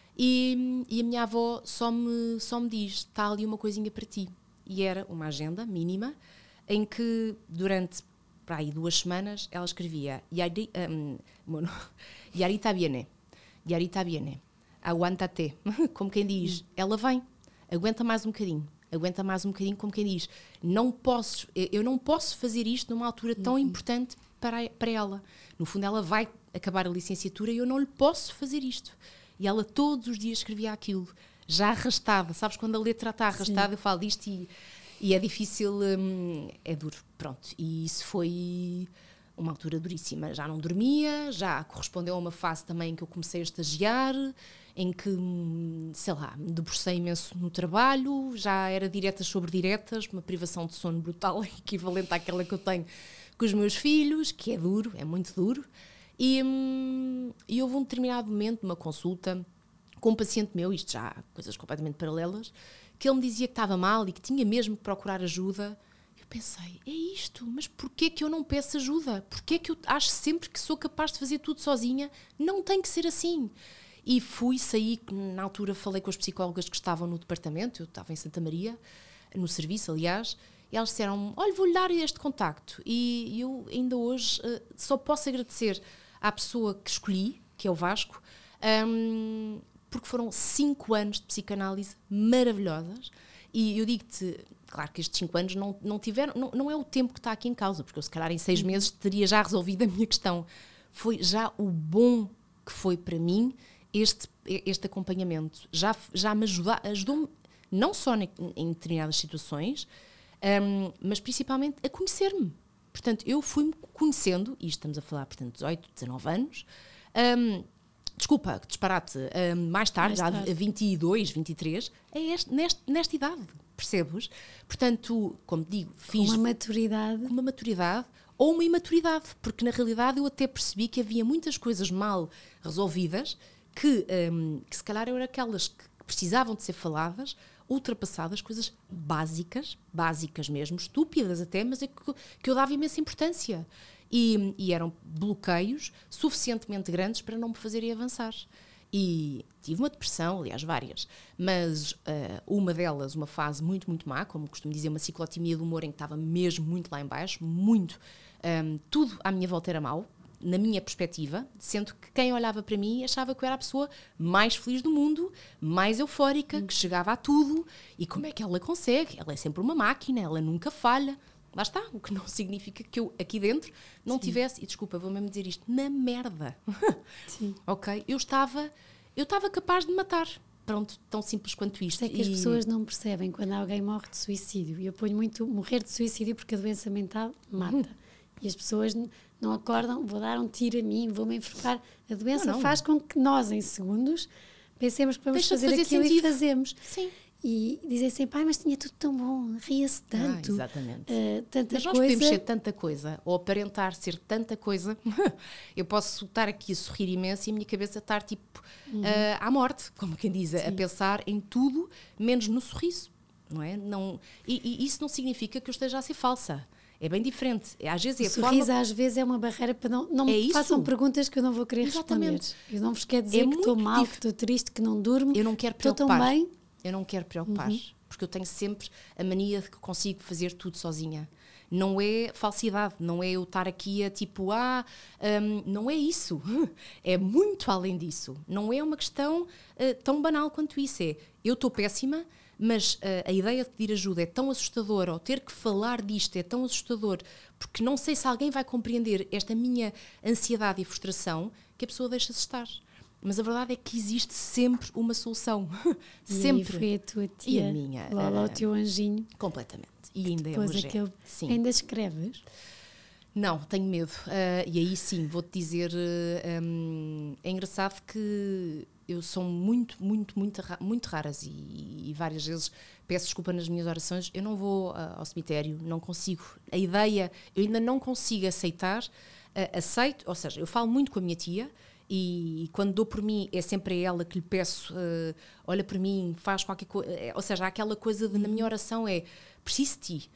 e, e a minha avó só me, só me diz, está ali uma coisinha para ti. E era uma agenda mínima em que durante para aí duas semanas ela escrevia Yari, um, bueno, Yarita viene, Yarita viene, aguanta-te, como quem diz, ela vem, aguenta mais um bocadinho, aguenta mais um bocadinho, como quem diz, não posso, eu não posso fazer isto numa altura tão uhum. importante para, para ela. No fundo ela vai acabar a licenciatura e eu não lhe posso fazer isto. E ela todos os dias escrevia aquilo, já arrastada, sabes, quando a letra está arrastada Sim. eu falo disto e, e é difícil, hum, é duro, pronto. E isso foi uma altura duríssima, já não dormia, já correspondeu a uma fase também que eu comecei a estagiar, em que, sei lá, me debrucei imenso no trabalho, já era diretas sobre diretas, uma privação de sono brutal, equivalente àquela que eu tenho com os meus filhos, que é duro, é muito duro. E, hum, e houve um determinado momento, numa consulta, com um paciente meu, isto já coisas completamente paralelas, que ele me dizia que estava mal e que tinha mesmo que procurar ajuda. Eu pensei, é isto, mas porquê que eu não peço ajuda? Porquê que eu acho sempre que sou capaz de fazer tudo sozinha? Não tem que ser assim. E fui, saí, na altura falei com as psicólogas que estavam no departamento, eu estava em Santa Maria, no serviço, aliás, e elas disseram, olha, vou-lhe dar este contacto. E eu ainda hoje uh, só posso agradecer à pessoa que escolhi, que é o Vasco, um, porque foram cinco anos de psicanálise maravilhosas. E eu digo-te, claro que estes cinco anos não, não tiveram, não, não é o tempo que está aqui em causa, porque eu se calhar em seis meses teria já resolvido a minha questão. Foi já o bom que foi para mim este, este acompanhamento. Já, já me ajuda, ajudou-me, não só em, em determinadas situações, um, mas principalmente a conhecer-me. Portanto, eu fui-me conhecendo, e estamos a falar, portanto, dezoito, dezanove anos, um, desculpa, que disparate, um, mais tarde, mais tarde. Já a vinte e dois, vinte e três, é este, neste, nesta idade, percebes? Portanto, como digo, fiz... Uma maturidade. Uma maturidade ou uma imaturidade, porque na realidade eu até percebi que havia muitas coisas mal resolvidas que, um, que se calhar eram aquelas que precisavam de ser faladas, ultrapassadas, coisas básicas, básicas mesmo, estúpidas até, mas é que, que eu dava imensa importância. E, e eram bloqueios suficientemente grandes para não me fazerem avançar. E tive uma depressão, aliás, várias, mas uh, uma delas, uma fase muito, muito má, como costumo dizer, uma ciclotimia do humor em que estava mesmo muito lá em baixo, muito, um, tudo à minha volta era mau, na minha perspectiva, sendo que quem olhava para mim achava que eu era a pessoa mais feliz do mundo, mais eufórica, hum. que chegava a tudo, e como é que ela consegue? Ela é sempre uma máquina, ela nunca falha. Lá está, o que não significa que eu aqui dentro não Sim. tivesse, e desculpa, vou mesmo dizer isto, na merda. Sim. Ok? Eu estava, eu estava capaz de matar. Pronto, tão simples quanto isto. É que e... as pessoas não percebem quando alguém morre de suicídio. E eu ponho muito morrer de suicídio porque a doença mental mata. Uhum. E as pessoas não acordam, vou dar um tiro a mim, vou-me enforcar. A doença não, não. faz com que nós, em segundos, pensemos que vamos fazer, fazer aquilo sentido. E fazemos. Sim. E dizem sempre, pai, mas tinha tudo tão bom, ria-se tanto. Ah, exatamente. Uh, tanta mas nós coisa... podemos ser tanta coisa, ou aparentar ser tanta coisa. Eu posso estar aqui a sorrir imenso e a minha cabeça estar tipo uhum. uh, à morte, como quem diz, Sim. a pensar em tudo, menos no sorriso. Não é? Não, e, e isso não significa que eu esteja a ser falsa. É bem diferente. Às vezes é o sorriso forma... às vezes é uma barreira para não, não é me isso? façam perguntas que eu não vou querer Exatamente. responder. Eu não vos quero dizer é que estou mal, dif... que estou triste, que não durmo. Eu não quero preocupar. Estou tão bem. Eu não quero preocupar, uhum. porque eu tenho sempre a mania de que consigo fazer tudo sozinha. Não é falsidade, não é eu estar aqui a tipo, ah, um, não é isso. É muito além disso. Não é uma questão uh, tão banal quanto isso. É, eu estou péssima, mas uh, a ideia de pedir ajuda é tão assustadora, ou ter que falar disto é tão assustador, porque não sei se alguém vai compreender esta minha ansiedade e frustração, que a pessoa deixa-se estar. Mas a verdade é que existe sempre uma solução. Sempre. E foi a tua tia, e a minha. Lola, uh, o teu anjinho. Completamente. E ainda é hoje. Aquele... Sim. Ainda escreves? Não, tenho medo. Uh, e aí sim, vou-te dizer, uh, um, é engraçado que eu sou muito, muito, muito, muito raras e, e várias vezes peço desculpa nas minhas orações, eu não vou uh, ao cemitério, não consigo. A ideia, eu ainda não consigo aceitar, uh, aceito, ou seja, eu falo muito com a minha tia, e quando dou por mim é sempre a ela que lhe peço, uh, olha por mim, faz qualquer coisa, ou seja, aquela coisa de, na minha oração é, preciso de ti,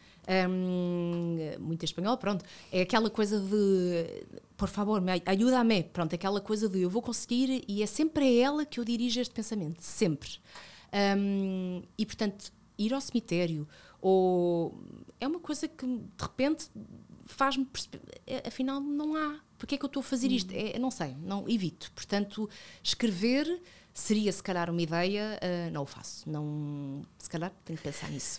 um, muito em espanhol, pronto, é aquela coisa de, por favor, me ajuda-me, pronto, é aquela coisa de eu vou conseguir, e é sempre a ela que eu dirijo este pensamento, sempre. Um, e portanto, ir ao cemitério, ou é uma coisa que de repente faz-me perceber, afinal não há. Porquê é que eu estou a fazer isto? É, não sei, não evito. Portanto, escrever seria se calhar uma ideia, uh, não o faço. Não, se calhar tenho que pensar nisso.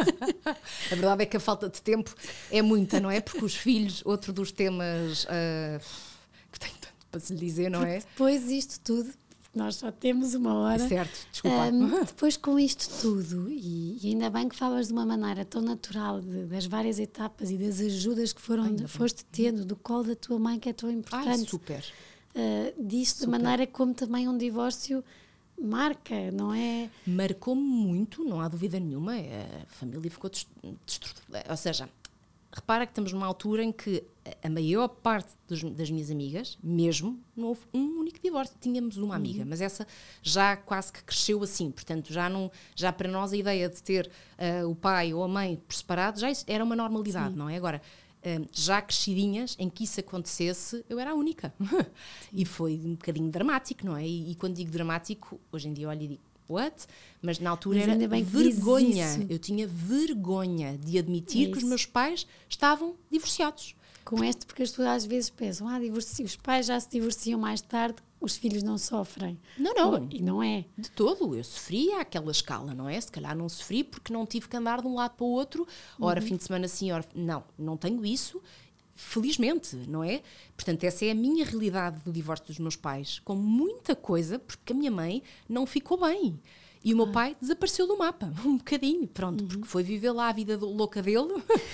A verdade é que a falta de tempo é muita, não é? Porque os filhos, outro dos temas uh, que tenho tanto para se lhe dizer, não é? Porque depois isto tudo, nós só temos uma hora. Certo, desculpa. Um, depois com isto tudo, e, e ainda bem que falas de uma maneira tão natural de, das várias etapas e das ajudas que foram, Ai, foste tendo, do colo da tua mãe, que é tão importante. Ai, super. Uh, disto de maneira como também um divórcio marca, não é? Marcou-me muito, não há dúvida nenhuma. A família ficou destruída. Ou seja, repara que estamos numa altura em que a maior parte dos, das minhas amigas, mesmo, não houve um único divórcio. Tínhamos uma amiga, uhum. mas essa já quase que cresceu assim. Portanto, já, não, já para nós a ideia de ter uh, o pai ou a mãe por separado já era uma normalidade, Sim. não é? Agora, uh, já crescidinhas, em que isso acontecesse, eu era a única. E foi um bocadinho dramático, não é? E, e quando digo dramático, hoje em dia olho e digo, what? Mas na altura Mas era vergonha. Eu tinha vergonha de admitir é que os meus pais estavam divorciados. Com este, porque as pessoas às vezes pensam, ah, divorcio, os pais já se divorciam mais tarde, os filhos não sofrem. Não, não. Ou, e não é. De todo. Eu sofri àquela escala, não é? Se calhar não sofri porque não tive que andar de um lado para o outro, ora uhum. fim de semana sim, ora... Não, não tenho isso, felizmente, não é? Portanto, essa é a minha realidade do divórcio dos meus pais, com muita coisa, porque a minha mãe não ficou bem. E o meu ah. pai desapareceu do mapa, um bocadinho, pronto, uhum. porque foi viver lá a vida do, louca dele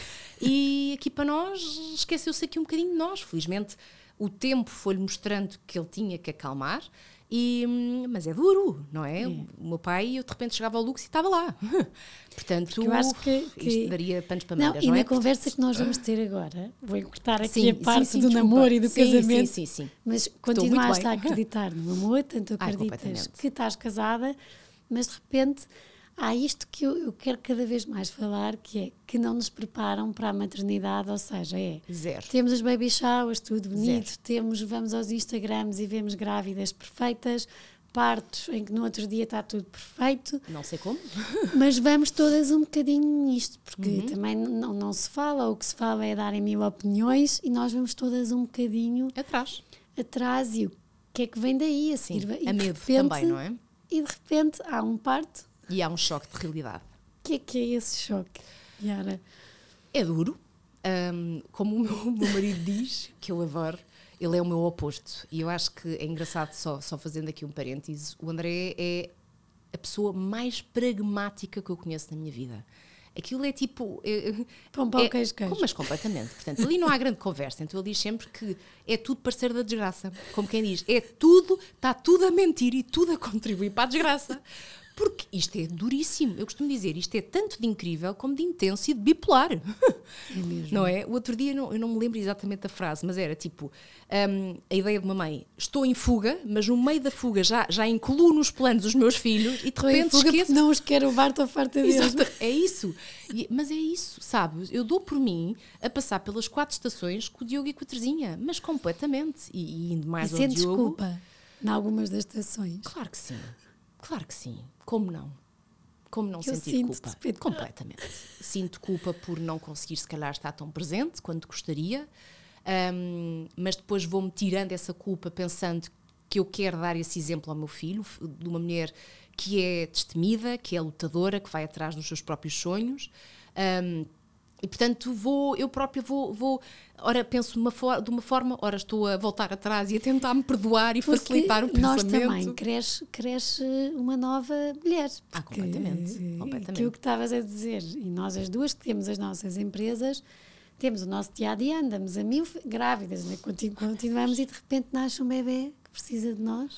e aqui para nós esqueceu-se aqui um bocadinho de nós. Felizmente o tempo foi-lhe mostrando que ele tinha que acalmar, e, mas é duro, não é? é? O meu pai, eu de repente chegava ao Lux e estava lá. Portanto, eu acho que, que... isto daria panos para mangas, não, não é? E na conversa que nós vamos ter agora, vou encurtar aqui sim, a parte sim, sim, do desculpa. namoro e do sim, casamento, sim, sim, sim. mas continuaste a acreditar no amor, tanto acreditas ah, que estás casada, mas de repente há isto que eu, eu quero cada vez mais falar, que é que não nos preparam para a maternidade, ou seja, é Zero. Temos os baby showers, tudo bonito, Zero. temos, vamos aos Instagrams e vemos grávidas perfeitas, partos em que no outro dia está tudo perfeito. Não sei como. Mas vamos todas um bocadinho nisto, porque uhum. também não, não se fala, ou o que se fala é darem mil opiniões e nós vamos todas um bocadinho atrás. Atrás e o que é que vem daí a seguir? Sim, a medo repente, também, não é? E de repente há um parto. E há um choque de realidade. O que é que é esse choque, Yara? É duro. Um, como o meu, o meu marido diz, que eu adoro, ele é o meu oposto. E eu acho que é engraçado, só, só fazendo aqui um parêntese, o André é a pessoa mais pragmática que eu conheço na minha vida. Aquilo é tipo... É, Pão, pão, é, queijo, queijo. Mas completamente. Portanto, ali não há grande conversa. Então ele diz sempre que é tudo parceiro da desgraça. Como quem diz, é tudo, está tudo a mentir e tudo a contribuir para a desgraça. Porque isto é duríssimo. Eu costumo dizer, isto é tanto de incrível como de intenso e de bipolar. É mesmo. Não é? O outro dia, não, eu não me lembro exatamente da frase, mas era tipo, um, a ideia de uma mãe, estou em fuga, mas no meio da fuga já, já incluo nos planos os meus filhos e de estou repente em fuga esqueço... não os quero levar, estou farta deles. Exato, é isso. E, mas é isso, sabe? Eu dou por mim a passar pelas quatro estações com o Diogo e com a Terezinha, mas completamente. E, e indo mais e ao sentes Diogo... culpa em algumas das estações? Claro que sim. Claro que sim. Como não? Como não eu sentir culpa? Depende. Completamente. Sinto culpa por não conseguir, se calhar, estar tão presente quanto gostaria, um, mas depois vou-me tirando essa culpa pensando que eu quero dar esse exemplo ao meu filho, de uma mulher que é destemida, que é lutadora, que vai atrás dos seus próprios sonhos. Um, E, portanto, vou, eu própria vou, vou ora penso de uma, for, de uma forma, ora estou a voltar atrás e a tentar me perdoar e porque facilitar o pensamento. Nós também cresce, cresce uma nova mulher. Ah, completamente, completamente. Aquilo que estavas a dizer, e nós as duas que temos as nossas empresas, temos o nosso dia-a-dia, andamos a mil grávidas, né? Continuamos e de repente nasce um bebê que precisa de nós.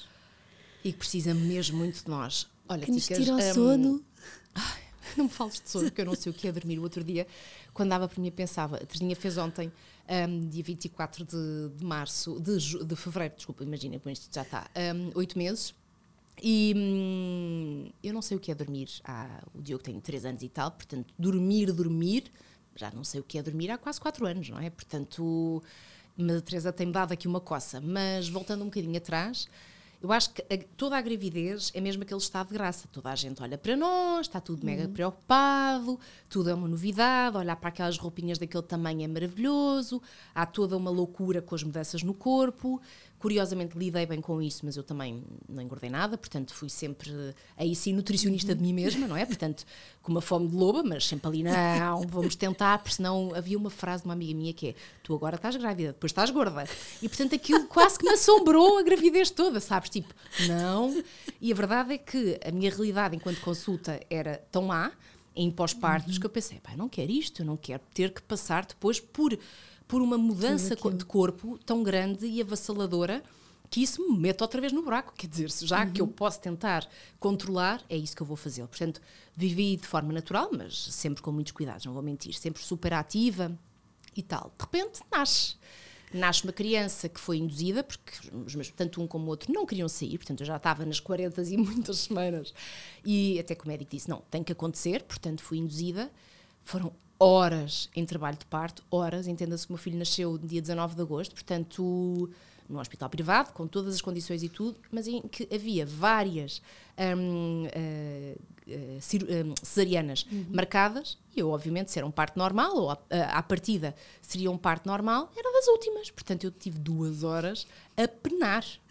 E que precisa mesmo muito de nós. Olha, que nos ticas, tira o um, sono. Ai, não me fales de sono, porque eu não sei o que é dormir. O outro dia, quando dava por mim, pensava, a Terezinha fez ontem, um, dia vinte e quatro de, de março, de, de fevereiro, desculpa, imagina, com isto já está, oito um, meses, e hum, eu não sei o que é dormir. Ah, o Diogo tem três anos e tal, portanto, dormir, dormir, já não sei o que é dormir há quase quatro anos, não é? Portanto, a Teresa tem-me dado aqui uma coça, mas voltando um bocadinho atrás... Eu acho que a, toda a gravidez é mesmo aquele estado de graça. Toda a gente olha para nós, está tudo mega uhum. preocupado, tudo é uma novidade, olhar para aquelas roupinhas daquele tamanho é maravilhoso, há toda uma loucura com as mudanças no corpo. Curiosamente lidei bem com isso, mas eu também não engordei nada, portanto fui sempre, aí sim, nutricionista de mim mesma, não é? Portanto, com uma fome de loba, mas sempre ali, não, vamos tentar, porque senão havia uma frase de uma amiga minha que é, tu agora estás grávida, depois estás gorda. E portanto aquilo quase que me assombrou a gravidez toda, sabes? Tipo, não. E a verdade é que a minha realidade enquanto consulta era tão má, em pós-partos, uhum. que eu pensei, pá, eu não quero isto, eu não quero ter que passar depois por... por uma mudança de corpo tão grande e avassaladora que isso me mete outra vez no buraco. Quer dizer, já uhum. que eu posso tentar controlar, é isso que eu vou fazer. Portanto, vivi de forma natural, mas sempre com muitos cuidados, não vou mentir, sempre super ativa e tal. De repente, nasce. Nasce uma criança que foi induzida, porque os meus, tanto um como o outro não queriam sair, portanto eu já estava nas quarenta e muitas semanas, e até que o médico disse, não, tem que acontecer, portanto fui induzida. Foram horas em trabalho de parto, horas, entenda-se que o meu filho nasceu no dia dezanove de agosto, portanto, num hospital privado, com todas as condições e tudo, mas em que havia várias um, uh, uh, cesarianas uhum. marcadas, e eu, obviamente, se era um parto normal, ou à, à partida seria um parto normal, era das últimas. Portanto, eu tive duas horas a penar,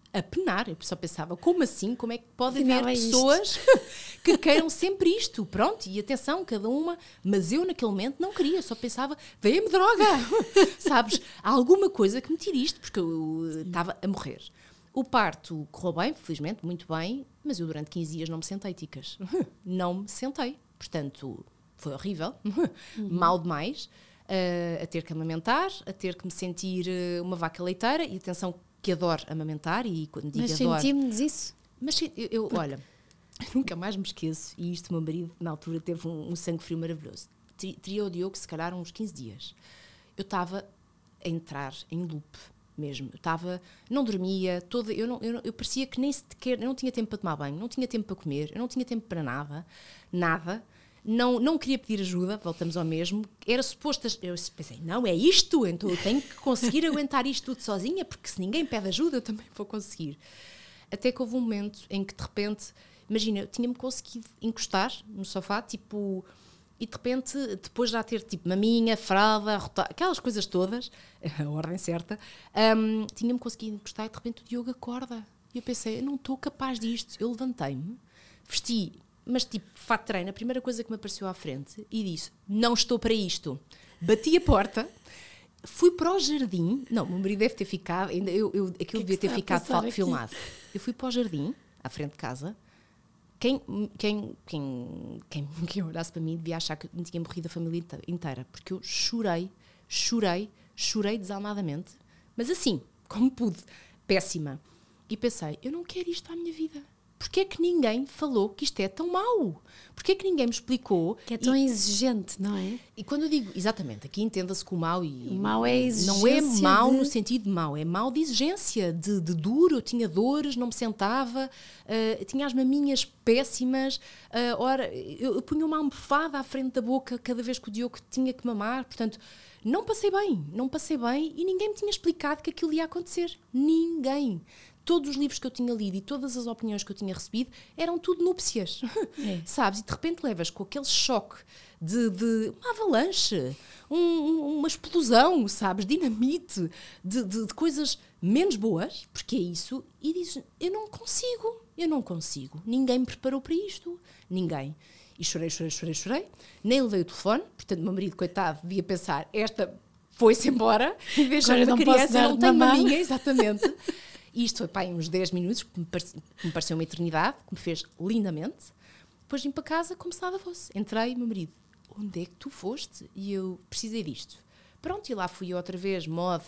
a penar. Eu só pensava, como assim? Como é que pode haver pessoas que queiram sempre isto? Pronto, e atenção, cada uma. Mas eu naquele momento não queria, só pensava, vem-me droga! Sabes? Há alguma coisa que me tire isto, porque eu estava a morrer. O parto correu bem, felizmente, muito bem, mas eu durante quinze dias não me sentei, ticas. Não me sentei. Portanto, foi horrível. Uhum. Mal demais. Uh, a ter que amamentar, a ter que me sentir uh, uma vaca leiteira, e atenção que adoro amamentar, e quando digo mas adoro... Mas sentimos isso? Mas eu, eu olha, nunca mais me esqueço, e isto o meu marido na altura teve um, um sangue frio maravilhoso. Teria o Diogo se calhar uns quinze dias. Eu estava a entrar em loop mesmo. Eu estava, não dormia, toda, eu, não, eu, eu parecia que nem sequer, eu não tinha tempo para tomar banho, não tinha tempo para comer, eu não tinha tempo para nada, nada. Não, não queria pedir ajuda, voltamos ao mesmo. Era suposto, eu pensei, não, é isto, então eu tenho que conseguir aguentar isto tudo sozinha, porque se ninguém pede ajuda, eu também vou conseguir. Até que houve um momento em que de repente, imagina, eu tinha-me conseguido encostar no sofá, tipo, e de repente, depois de já ter tipo maminha, fralda, rota, aquelas coisas todas, a ordem certa, um, tinha-me conseguido encostar e de repente o Diogo acorda. E eu pensei, eu não estou capaz disto. Eu levantei-me, vesti, mas tipo, fato de treino, a primeira coisa que me apareceu à frente, e disse, não estou para isto. Bati a porta, fui para o jardim, não, o meu marido deve ter ficado, ainda eu, eu, aquilo que devia ter ficado fal- filmado. Eu fui para o jardim, à frente de casa, quem, quem, quem, quem, quem olhasse para mim devia achar que me tinha morrido a família inteira, porque eu chorei, chorei, chorei desalmadamente, mas assim, como pude, péssima. E pensei, eu não quero isto para a minha vida. Porquê é que ninguém falou que isto é tão mau? Porquê é que ninguém me explicou? Que é tão e, exigente, não é? E quando eu digo, exatamente, aqui entenda-se que o mau... E, o mau é exigência. Não é mau de... no sentido de mau, é mau de exigência, de, de duro. Eu tinha dores, não me sentava, uh, tinha as maminhas péssimas. Uh, ora, eu, eu punha uma almofada à frente da boca cada vez que o Diogo tinha que mamar. Portanto, não passei bem, não passei bem e ninguém me tinha explicado que aquilo ia acontecer. Ninguém. Todos os livros que eu tinha lido e todas as opiniões que eu tinha recebido eram tudo núpcias, é. Sabes? E de repente levas com aquele choque de, de uma avalanche, um, uma explosão, sabes? Dinamite, de, de, de coisas menos boas, porque é isso, e dizes, eu não consigo, eu não consigo. Ninguém me preparou para isto, ninguém. E chorei, chorei, chorei, chorei. Nem levei o telefone, portanto, o meu marido, coitado, devia pensar, esta foi-se embora, em vez de uma criança, não tem maminha, exatamente. E isto foi pá, uns dez minutos, que me, parecia, que me pareceu uma eternidade, que me fez lindamente. Depois vim para casa como se nada fosse. Entrei, meu marido, onde é que tu foste? E eu precisei disto. Pronto, e lá fui eu outra vez, modo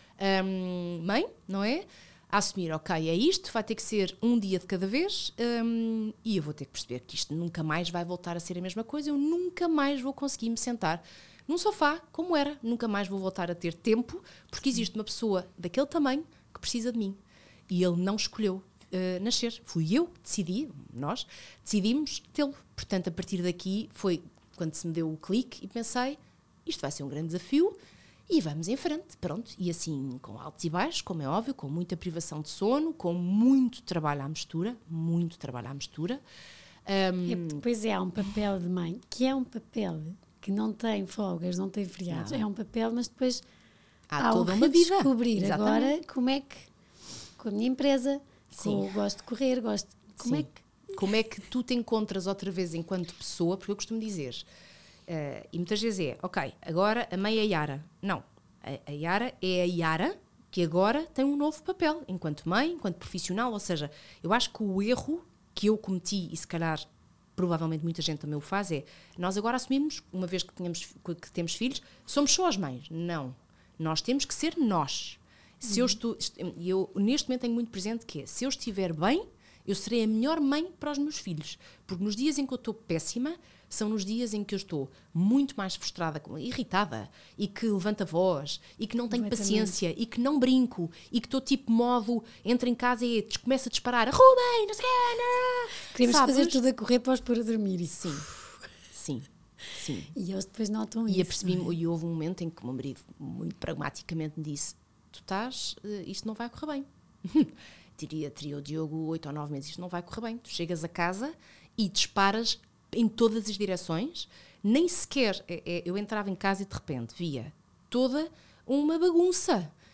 hum, mãe, não é? A assumir, ok, é isto, vai ter que ser um dia de cada vez hum, e eu vou ter que perceber que isto nunca mais vai voltar a ser a mesma coisa, eu nunca mais vou conseguir me sentar num sofá como era, nunca mais vou voltar a ter tempo, porque existe uma pessoa daquele tamanho que precisa de mim. E ele não escolheu uh, nascer. Fui eu que decidi, nós, decidimos tê-lo. Portanto, a partir daqui foi quando se me deu o clique e pensei, isto vai ser um grande desafio e vamos em frente. Pronto. E assim, com altos e baixos, como é óbvio, com muita privação de sono, com muito trabalho à mistura, muito trabalho à mistura. Um, é, depois é, há um papel de mãe, que é um papel que não tem folgas, não tem feriados. Não. É um papel, mas depois há, há toda uma vida. Descobrir Exatamente. Agora como é que com a minha empresa, com, gosto de correr, gosto... Como é, que... como é que tu te encontras outra vez enquanto pessoa? Porque eu costumo dizer, uh, e muitas vezes é, ok, agora a mãe é a Yara. Não, a, a Yara é a Yara que agora tem um novo papel, enquanto mãe, enquanto profissional, ou seja, eu acho que o erro que eu cometi, e se calhar provavelmente muita gente também o faz, é, nós agora assumimos, uma vez que, tínhamos, que temos filhos, somos só as mães. Não, nós temos que ser nós. Se eu estou, eu neste momento tenho muito presente que é, se eu estiver bem, eu serei a melhor mãe para os meus filhos. Porque nos dias em que eu estou péssima, são nos dias em que eu estou muito mais frustrada, irritada, e que levanto a voz, e que não tenho paciência, e que não brinco, e que estou tipo modo, entro em casa e começo a disparar, Rubem, não sei o que, não. Queríamos Sabes? fazer tudo a correr para os pôr a dormir. E sim, sim. Sim. E eles depois notam e isso. Apercebi, é? E houve um momento em que o meu marido, muito pragmaticamente, me disse, tu estás, isto não vai correr bem. Teria, teria o Diogo oito ou nove meses, isto não vai correr bem. Tu chegas a casa e disparas em todas as direções, nem sequer, é, é, eu entrava em casa e de repente via toda uma bagunça.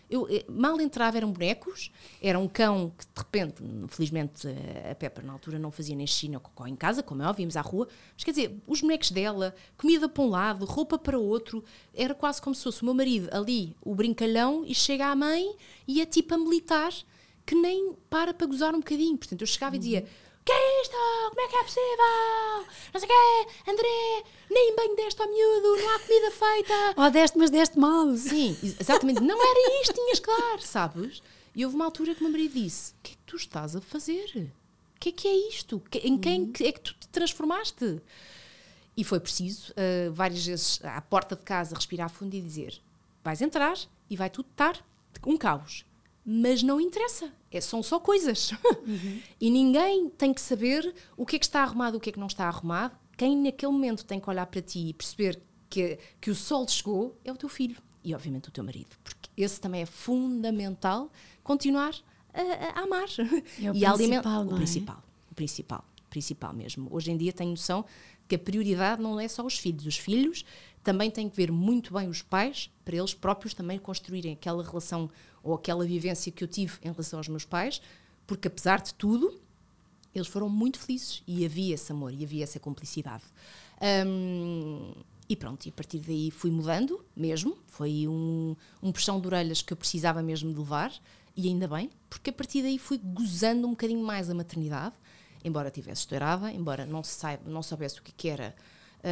Eu, mal entrava eram bonecos, era um cão que de repente, felizmente a Pepper na altura não fazia nem xixi nem cocó em casa, como é óbvio, íamos à rua, mas quer dizer, os bonecos dela, comida para um lado, roupa para o outro, era quase como se fosse o meu marido ali, o brincalhão, e chega à mãe e é tipo a militar, que nem para para gozar um bocadinho. Portanto, eu chegava uhum. e dizia, o que é isto? Como é que é possível? Não sei o quê, André, nem bem deste ao miúdo, não há comida feita. Oh, deste, mas deste mal. Sim, exatamente, não era isto, tinhas que dar, sabes? E houve uma altura que o meu marido disse, o que é que tu estás a fazer? O que é que é isto? Em quem uhum. é que tu te transformaste? E foi preciso, uh, várias vezes, à porta de casa, respirar fundo e dizer, vais entrar e vai tudo estar um caos. Mas não interessa, é, são só coisas. Uhum. E ninguém tem que saber o que é que está arrumado, o que é que não está arrumado. Quem naquele momento tem que olhar para ti e perceber que, que o sol chegou é o teu filho e obviamente o teu marido, porque esse também é fundamental, continuar a, a amar. É o e principal, alimentar, não o é? principal, o principal, principal mesmo. Hoje em dia tenho noção que a prioridade não é só os filhos, os filhos também têm que ver muito bem os pais, para eles próprios também construírem aquela relação ou aquela vivência que eu tive em relação aos meus pais, porque apesar de tudo, eles foram muito felizes e havia esse amor e havia essa cumplicidade. Um, e pronto, e a partir daí fui mudando mesmo, foi um, um puxão de orelhas que eu precisava mesmo de levar, e ainda bem, porque a partir daí fui gozando um bocadinho mais a maternidade, embora tivesse estourada, embora não, saiba, não soubesse o que, que era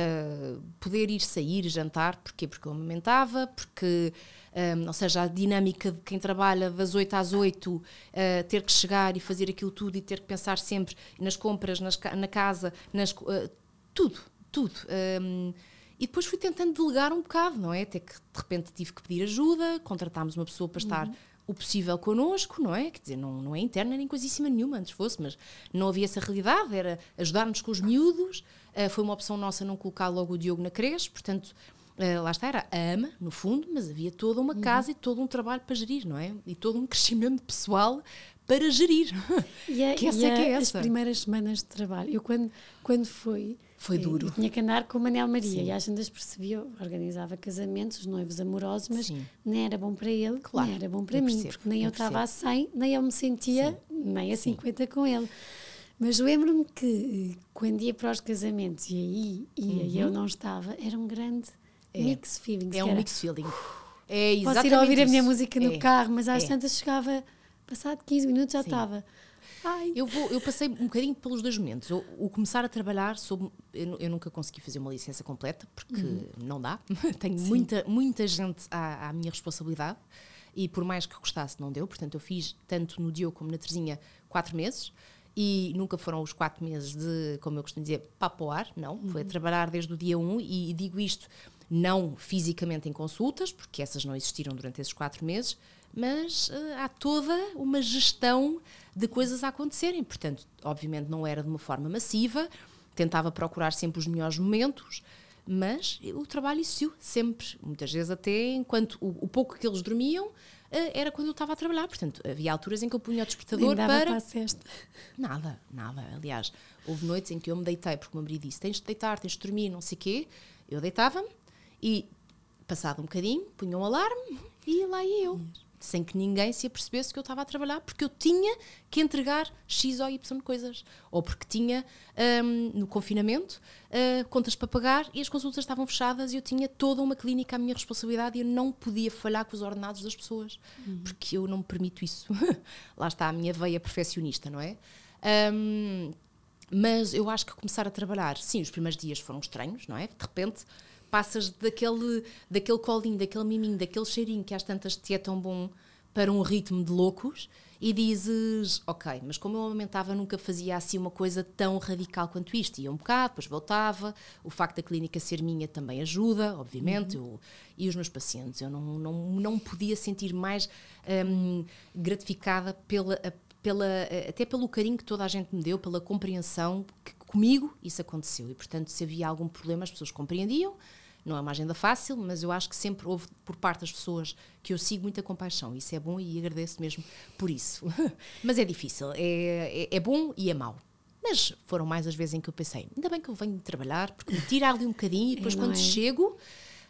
Uh, poder ir sair, jantar, porquê? Porque eu amamentava, porque, um, ou seja, a dinâmica de quem trabalha das oito às oito, uh, ter que chegar e fazer aquilo tudo e ter que pensar sempre nas compras, nas, na casa, nas, uh, tudo, tudo. Um, e depois fui tentando delegar um bocado, não é? Até que de repente tive que pedir ajuda, contratámos uma pessoa para estar uhum. o possível connosco, não é? Quer dizer, não, não é interna nem coisíssima nenhuma, antes fosse, mas não havia essa realidade, era ajudar-nos com os miúdos. Uh, foi uma opção nossa não colocar logo o Diogo na creche, portanto, uh, lá está, era a ama, no fundo, mas havia toda uma casa uhum. e todo um trabalho para gerir, não é? E todo um crescimento pessoal para gerir. E, a, que essa e é que é as essa. primeiras semanas de trabalho, eu quando, quando fui... Foi duro. Eu tinha que andar com o Manel Maria. Sim. E às vezes percebia, eu organizava casamentos, os noivos amorosos, mas Sim. nem era bom para ele, claro. nem era bom para eu mim, percebo, porque nem eu, eu estava a cem, nem eu me sentia Sim. nem a cinquenta Sim. com ele. Mas lembro-me que quando ia para os casamentos e aí ia, uhum. e eu não estava, era um grande é. mix feeling. É um era, mix feeling. É exatamente posso ir a ouvir isso. a minha música no é. carro, mas às é. tantas chegava, passado quinze minutos já Sim. estava. Ai. Eu, vou, eu passei um bocadinho pelos dois momentos. O, o começar a trabalhar, soube, eu, eu nunca consegui fazer uma licença completa, porque uhum. não dá. Tenho muita, muita gente à, à minha responsabilidade e por mais que gostasse não deu. Portanto, eu fiz tanto no Diogo como na Terezinha quatro meses. E nunca foram os quatro meses de, como eu costumo dizer, papo ao ar, não. Uhum. Foi a trabalhar desde o dia um e, e digo isto não fisicamente em consultas, porque essas não existiram durante esses quatro meses, mas uh, há toda uma gestão de coisas a acontecerem. Portanto, obviamente não era de uma forma massiva, tentava procurar sempre os melhores momentos, mas o trabalho existiu sempre, muitas vezes até enquanto o, o pouco que eles dormiam, era quando eu estava a trabalhar, portanto, havia alturas em que eu punha o despertador Nem dava para... para a sesta. Nada, nada, aliás, houve noites em que eu me deitei, porque o meu marido disse, tens de deitar, tens de dormir, não sei o quê, eu deitava-me e, passado um bocadinho, punha um alarme e lá ia eu, sem que ninguém se apercebesse que eu estava a trabalhar, porque eu tinha que entregar X ou Y coisas, ou porque tinha, um, no confinamento, uh, contas para pagar e as consultas estavam fechadas e eu tinha toda uma clínica à minha responsabilidade e eu não podia falhar com os ordenados das pessoas, uhum. porque eu não me permito isso. Lá está a minha veia perfeccionista, não é? Um, mas eu acho que começar a trabalhar, sim, os primeiros dias foram estranhos, não é? De repente... passas daquele, daquele colinho, daquele miminho, daquele cheirinho que às tantas te é tão bom para um ritmo de loucos e dizes, ok, mas como eu amamentava nunca fazia assim uma coisa tão radical quanto isto, ia um bocado, depois voltava, o facto da clínica ser minha também ajuda, obviamente, uhum. eu, e os meus pacientes, eu não, não, não podia sentir mais hum, gratificada pela, pela, até pelo carinho que toda a gente me deu, pela compreensão que comigo isso aconteceu e, portanto, se havia algum problema as pessoas compreendiam. Não é uma agenda fácil, mas eu acho que sempre houve por parte das pessoas que eu sigo muita compaixão. Isso é bom e agradeço mesmo por isso. Mas é difícil, é, é, é bom e é mau. Mas foram mais as vezes em que eu pensei, ainda bem que eu venho de trabalhar, porque me tira ali um bocadinho e depois quando é. chego,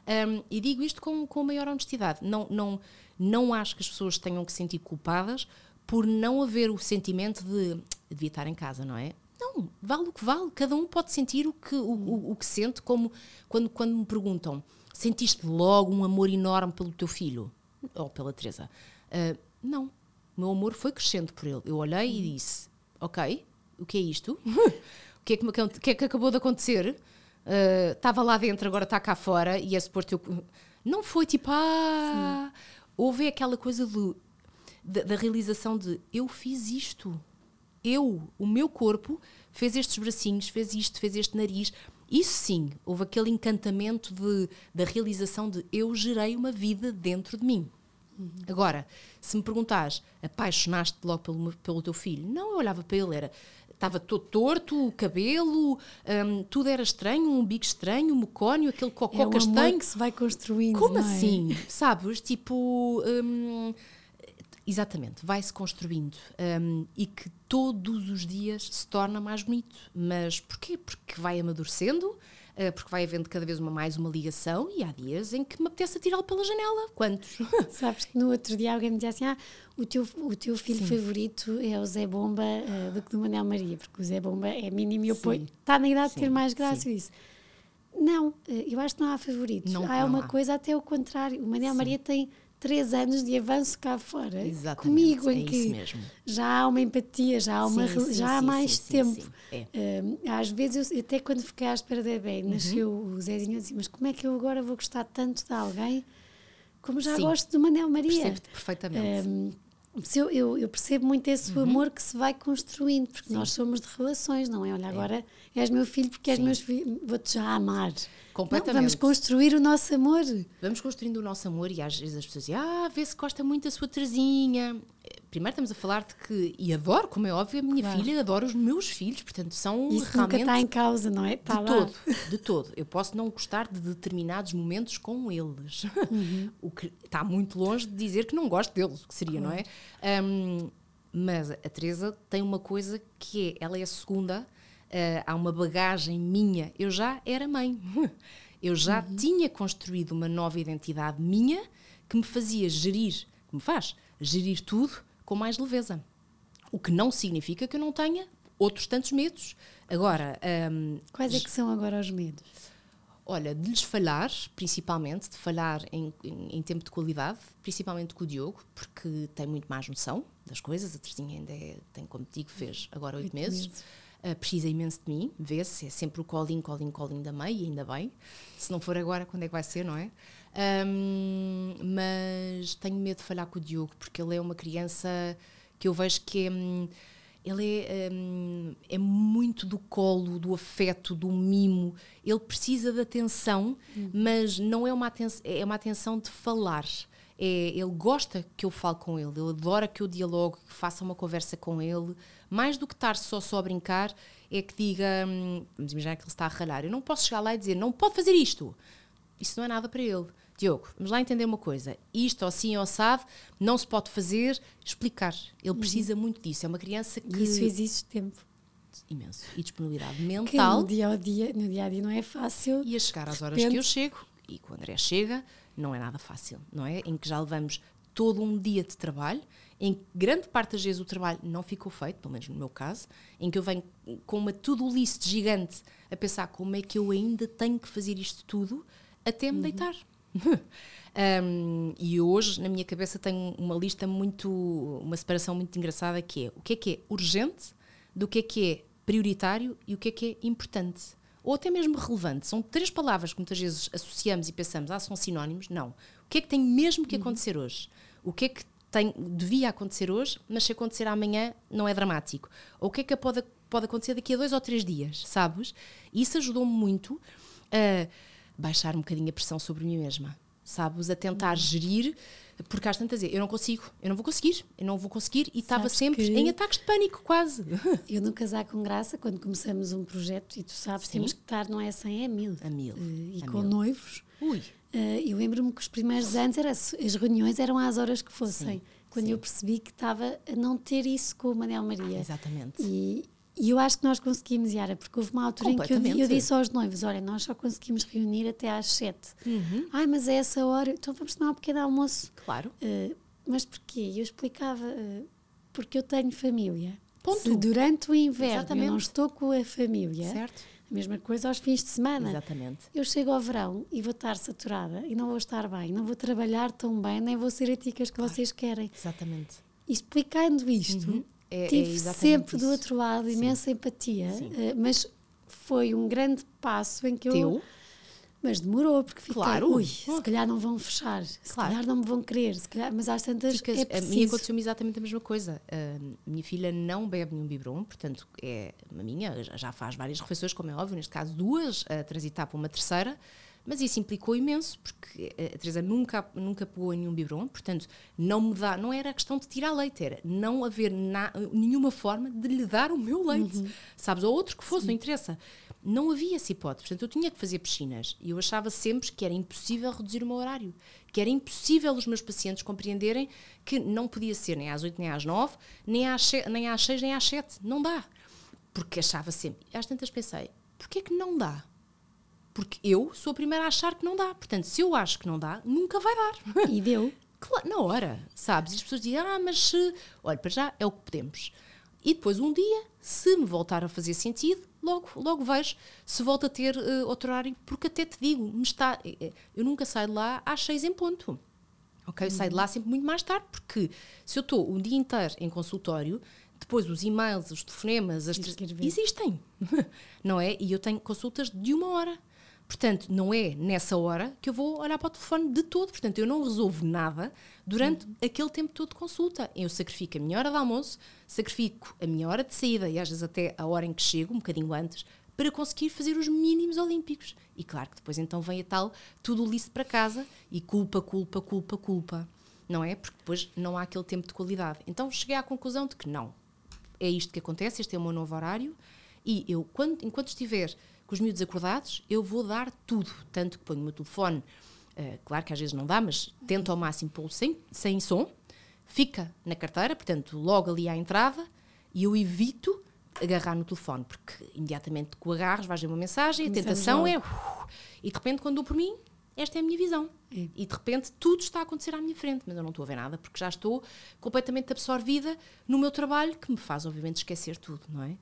Um, e digo isto com, com a maior honestidade. Não, não, não acho que as pessoas tenham que se sentir culpadas por não haver o sentimento de devia estar em casa, não é? Não, vale o que vale. Cada um pode sentir o que, o, o, o que sente, como quando, quando me perguntam, sentiste logo um amor enorme pelo teu filho? Ou pela Teresa? Uh, não. O meu amor foi crescendo por ele. Eu olhei e disse, ok, o que é isto? O que é que, me, o que é que acabou de acontecer? Uh, estava lá dentro, agora está cá fora e é suposto eu... Não foi tipo, ah... Sim. Houve aquela coisa do, da, da realização de eu fiz isto. Eu, o meu corpo, fez estes bracinhos, fez isto, fez este nariz. Isso sim, houve aquele encantamento de, da realização de eu gerei uma vida dentro de mim. Uhum. Agora, se me perguntares, apaixonaste-te logo pelo, pelo teu filho? Não, eu olhava para ele, era... Estava todo torto, o cabelo, um, tudo era estranho, um umbigo estranho, um mecónio, aquele cocó é um castanho. Amor que se vai construindo. Como não assim? É? Sabes? Tipo. Um, exatamente, vai-se construindo. Um, e que todos os dias se torna mais bonito. Mas porquê? Porque vai amadurecendo, uh, porque vai havendo cada vez uma, mais uma ligação e há dias em que me apetece atirá-lo pela janela. Quantos? Sabes que no outro dia alguém me dizia assim, ah, o teu, o teu filho Sim. favorito é o Zé Bomba uh, do que do Manel Maria, porque o Zé Bomba é mínimo e eu ponho, está na idade Sim. de ter mais graça. Eu disse, não, uh, eu acho que não há favoritos. Não, há não uma há. coisa até o contrário. O Manel Sim. Maria tem três anos de avanço cá fora. Exatamente, comigo, em é que mesmo. já há uma empatia, já há, uma, sim, já sim, há mais sim, tempo. Sim, sim. É. Uh, às vezes, eu, até quando fiquei à espera da bebê, uhum. nasceu o Zezinho, eu disse, mas como é que eu agora vou gostar tanto de alguém como já sim. gosto do Manel Maria? Percebo-te perfeitamente. Um, eu, eu, eu percebo muito esse uhum. amor que se vai construindo, porque sim. nós somos de relações, não é? Olha, agora é. és meu filho porque és meu filho, vou-te já amar. Completamente. Não, vamos construir o nosso amor. Vamos construindo o nosso amor e às vezes as pessoas dizem, ah, vê se gosta muito da sua Terezinha. Primeiro estamos a falar de que, e adoro, como é óbvio, a minha claro. filha adora os meus filhos, portanto são Isso realmente... nunca está em causa, não é? Está de lá. todo, de todo. Eu posso não gostar de determinados momentos com eles, uhum. o que está muito longe de dizer que não gosto deles, o que seria, claro. não é? Um, mas a Teresa tem uma coisa que é, ela é a segunda, uh, há uma bagagem minha, eu já era mãe, eu já uhum. tinha construído uma nova identidade minha que me fazia gerir, que me faz gerir tudo com mais leveza. O que não significa que eu não tenha outros tantos medos. Agora... Um, Quais é que são agora os medos? Olha, de lhes falhar, principalmente, de falhar em, em, em tempo de qualidade, principalmente com o Diogo, porque tem muito mais noção das coisas. A Terezinha ainda é, tem, como te digo, fez agora oito meses. meses. Uh, precisa imenso de mim, vê-se, é sempre o colinho, colinho, colinho da mãe, e ainda bem. Se não for agora, quando é que vai ser, não é? Um, mas tenho medo de falhar com o Diogo, porque ele é uma criança que eu vejo que é, ele é, um, é muito do colo, do afeto, do mimo. Ele precisa de atenção, uhum. mas não é uma atenção, é uma atenção de falar. É, ele gosta que eu fale com ele, ele adora que eu dialogue, que faça uma conversa com ele. Mais do que estar só, só a brincar, é que diga, hum, vamos imaginar que ele está a ralhar, eu não posso chegar lá e dizer, não pode fazer isto. Isso não é nada para ele. Diogo, vamos lá entender uma coisa. Isto, ou assim, ou assado, não se pode fazer, explicar. Ele uhum. precisa muito disso. É uma criança que... E isso exige tempo. Imenso. E disponibilidade mental. Que no dia a dia, no dia a dia não é fácil. E a chegar às horas que eu chego, e quando o André chega, não é nada fácil, não é? Em que já levamos todo um dia de trabalho, em que grande parte das vezes o trabalho não ficou feito, pelo menos no meu caso, em que eu venho com uma to-do list gigante a pensar como é que eu ainda tenho que fazer isto tudo até me uhum. deitar. um, e hoje na minha cabeça tenho uma lista muito, uma separação muito engraçada, que é o que é que é urgente, do que é que é prioritário e o que é que é importante, ou até mesmo relevante. São três palavras que muitas vezes associamos e pensamos, ah, são sinónimos. Não. O que é que tem mesmo que acontecer hoje? O que é que tem, devia acontecer hoje, mas se acontecer amanhã não é dramático? Ou o que é que pode, pode acontecer daqui a dois ou três dias, sabes? E isso ajudou-me muito a baixar um bocadinho a pressão sobre mim mesma, sabes? A tentar uhum. gerir, porque às tantas vezes eu não consigo, eu não vou conseguir, eu não vou conseguir, e estava sempre que... em ataques de pânico, quase. Eu no Casar com Graça, quando começamos um projeto, e tu sabes, Sim. temos que estar, não é cem, é mil. A mil. Uh, e a com mil. noivos. Ui. Uh, eu lembro-me que os primeiros anos, era, as reuniões eram às horas que fossem. Sim. Quando Sim. eu percebi que estava a não ter isso com o Manel Maria. Exatamente. E, E eu acho que nós conseguimos, Yara, porque houve uma altura em que eu, eu disse aos noivos, olha, nós só conseguimos reunir até às sete. Uhum. Ai, mas é essa hora, então vamos tomar um pequeno almoço. Claro. Uh, mas porquê? Eu explicava, uh, porque eu tenho família. Ponto. Se durante o inverno Exatamente. eu não estou com a família, certo. A mesma coisa aos fins de semana. Exatamente. Eu chego ao verão e vou estar saturada e não vou estar bem, não vou trabalhar tão bem, nem vou ser a ticas que claro. Vocês querem. Exatamente. E explicando isto... Uhum. É, tive é sempre isso. do outro lado imensa Sim. empatia, uh, mas foi um grande passo em que Teu? eu... Mas demorou, porque fiquei, claro. ui, se calhar não vão fechar, se claro. calhar não me vão querer, se calhar, mas às tantas Ficas, é preciso. A mim aconteceu-me exatamente a mesma coisa. A minha filha não bebe nenhum biberon, portanto, é a minha, já faz várias refeições, como é óbvio, neste caso duas, a transitar para uma terceira, mas isso implicou imenso, porque a Teresa nunca, nunca pegou em nenhum biberon, portanto, não me dá, não era a questão de tirar leite, era não haver na, nenhuma forma de lhe dar o meu leite, uhum. sabes, ou outro que fosse, Sim. não interessa. Não havia essa hipótese, portanto, eu tinha que fazer piscinas e eu achava sempre que era impossível reduzir o meu horário, que era impossível os meus pacientes compreenderem que não podia ser nem às oito, nem às nove, nem às, nem às seis, nem às sete, não dá, porque achava sempre, às tantas pensei, porquê que não dá? Porque eu sou a primeira a achar que não dá. Portanto, se eu acho que não dá, nunca vai dar. E deu? Claro, na hora, sabes? E as pessoas dizem, ah, mas se... Olha, para já é o que podemos. E depois, um dia, se me voltar a fazer sentido, logo, logo vejo se volto a ter uh, outro horário. Porque até te digo, me está... eu nunca saio de lá às seis em ponto. Ok? Eu saio de lá sempre muito mais tarde, porque se eu estou um dia inteiro em consultório... Depois os e-mails, os telefonemas, as tre... existem, não é? E eu tenho consultas de uma hora. Portanto, não é nessa hora que eu vou olhar para o telefone de todo. Portanto, eu não resolvo nada durante uhum. aquele tempo todo de consulta. Eu sacrifico a minha hora de almoço, sacrifico a minha hora de saída e às vezes até a hora em que chego, um bocadinho antes, para conseguir fazer os mínimos olímpicos. E claro que depois então vem a tal tudo listo para casa e culpa, culpa, culpa, culpa. Não é? Porque depois não há aquele tempo de qualidade. Então cheguei à conclusão de que não. É isto que acontece, este é o meu novo horário e eu, quando, enquanto estiver com os miúdos acordados, eu vou dar tudo. Tanto que ponho o meu telefone, uh, claro que às vezes não dá, mas tento ao máximo pô-lo sem, sem som, fica na carteira, portanto, logo ali à entrada, e eu evito agarrar no telefone, porque imediatamente que o agarras, vais ver uma mensagem, Começamos a tentação logo. é... Uh, e de repente, quando dou por mim, esta é a minha visão. É. E de repente tudo está a acontecer à minha frente, mas eu não estou a ver nada porque já estou completamente absorvida no meu trabalho, que me faz obviamente esquecer tudo, não é?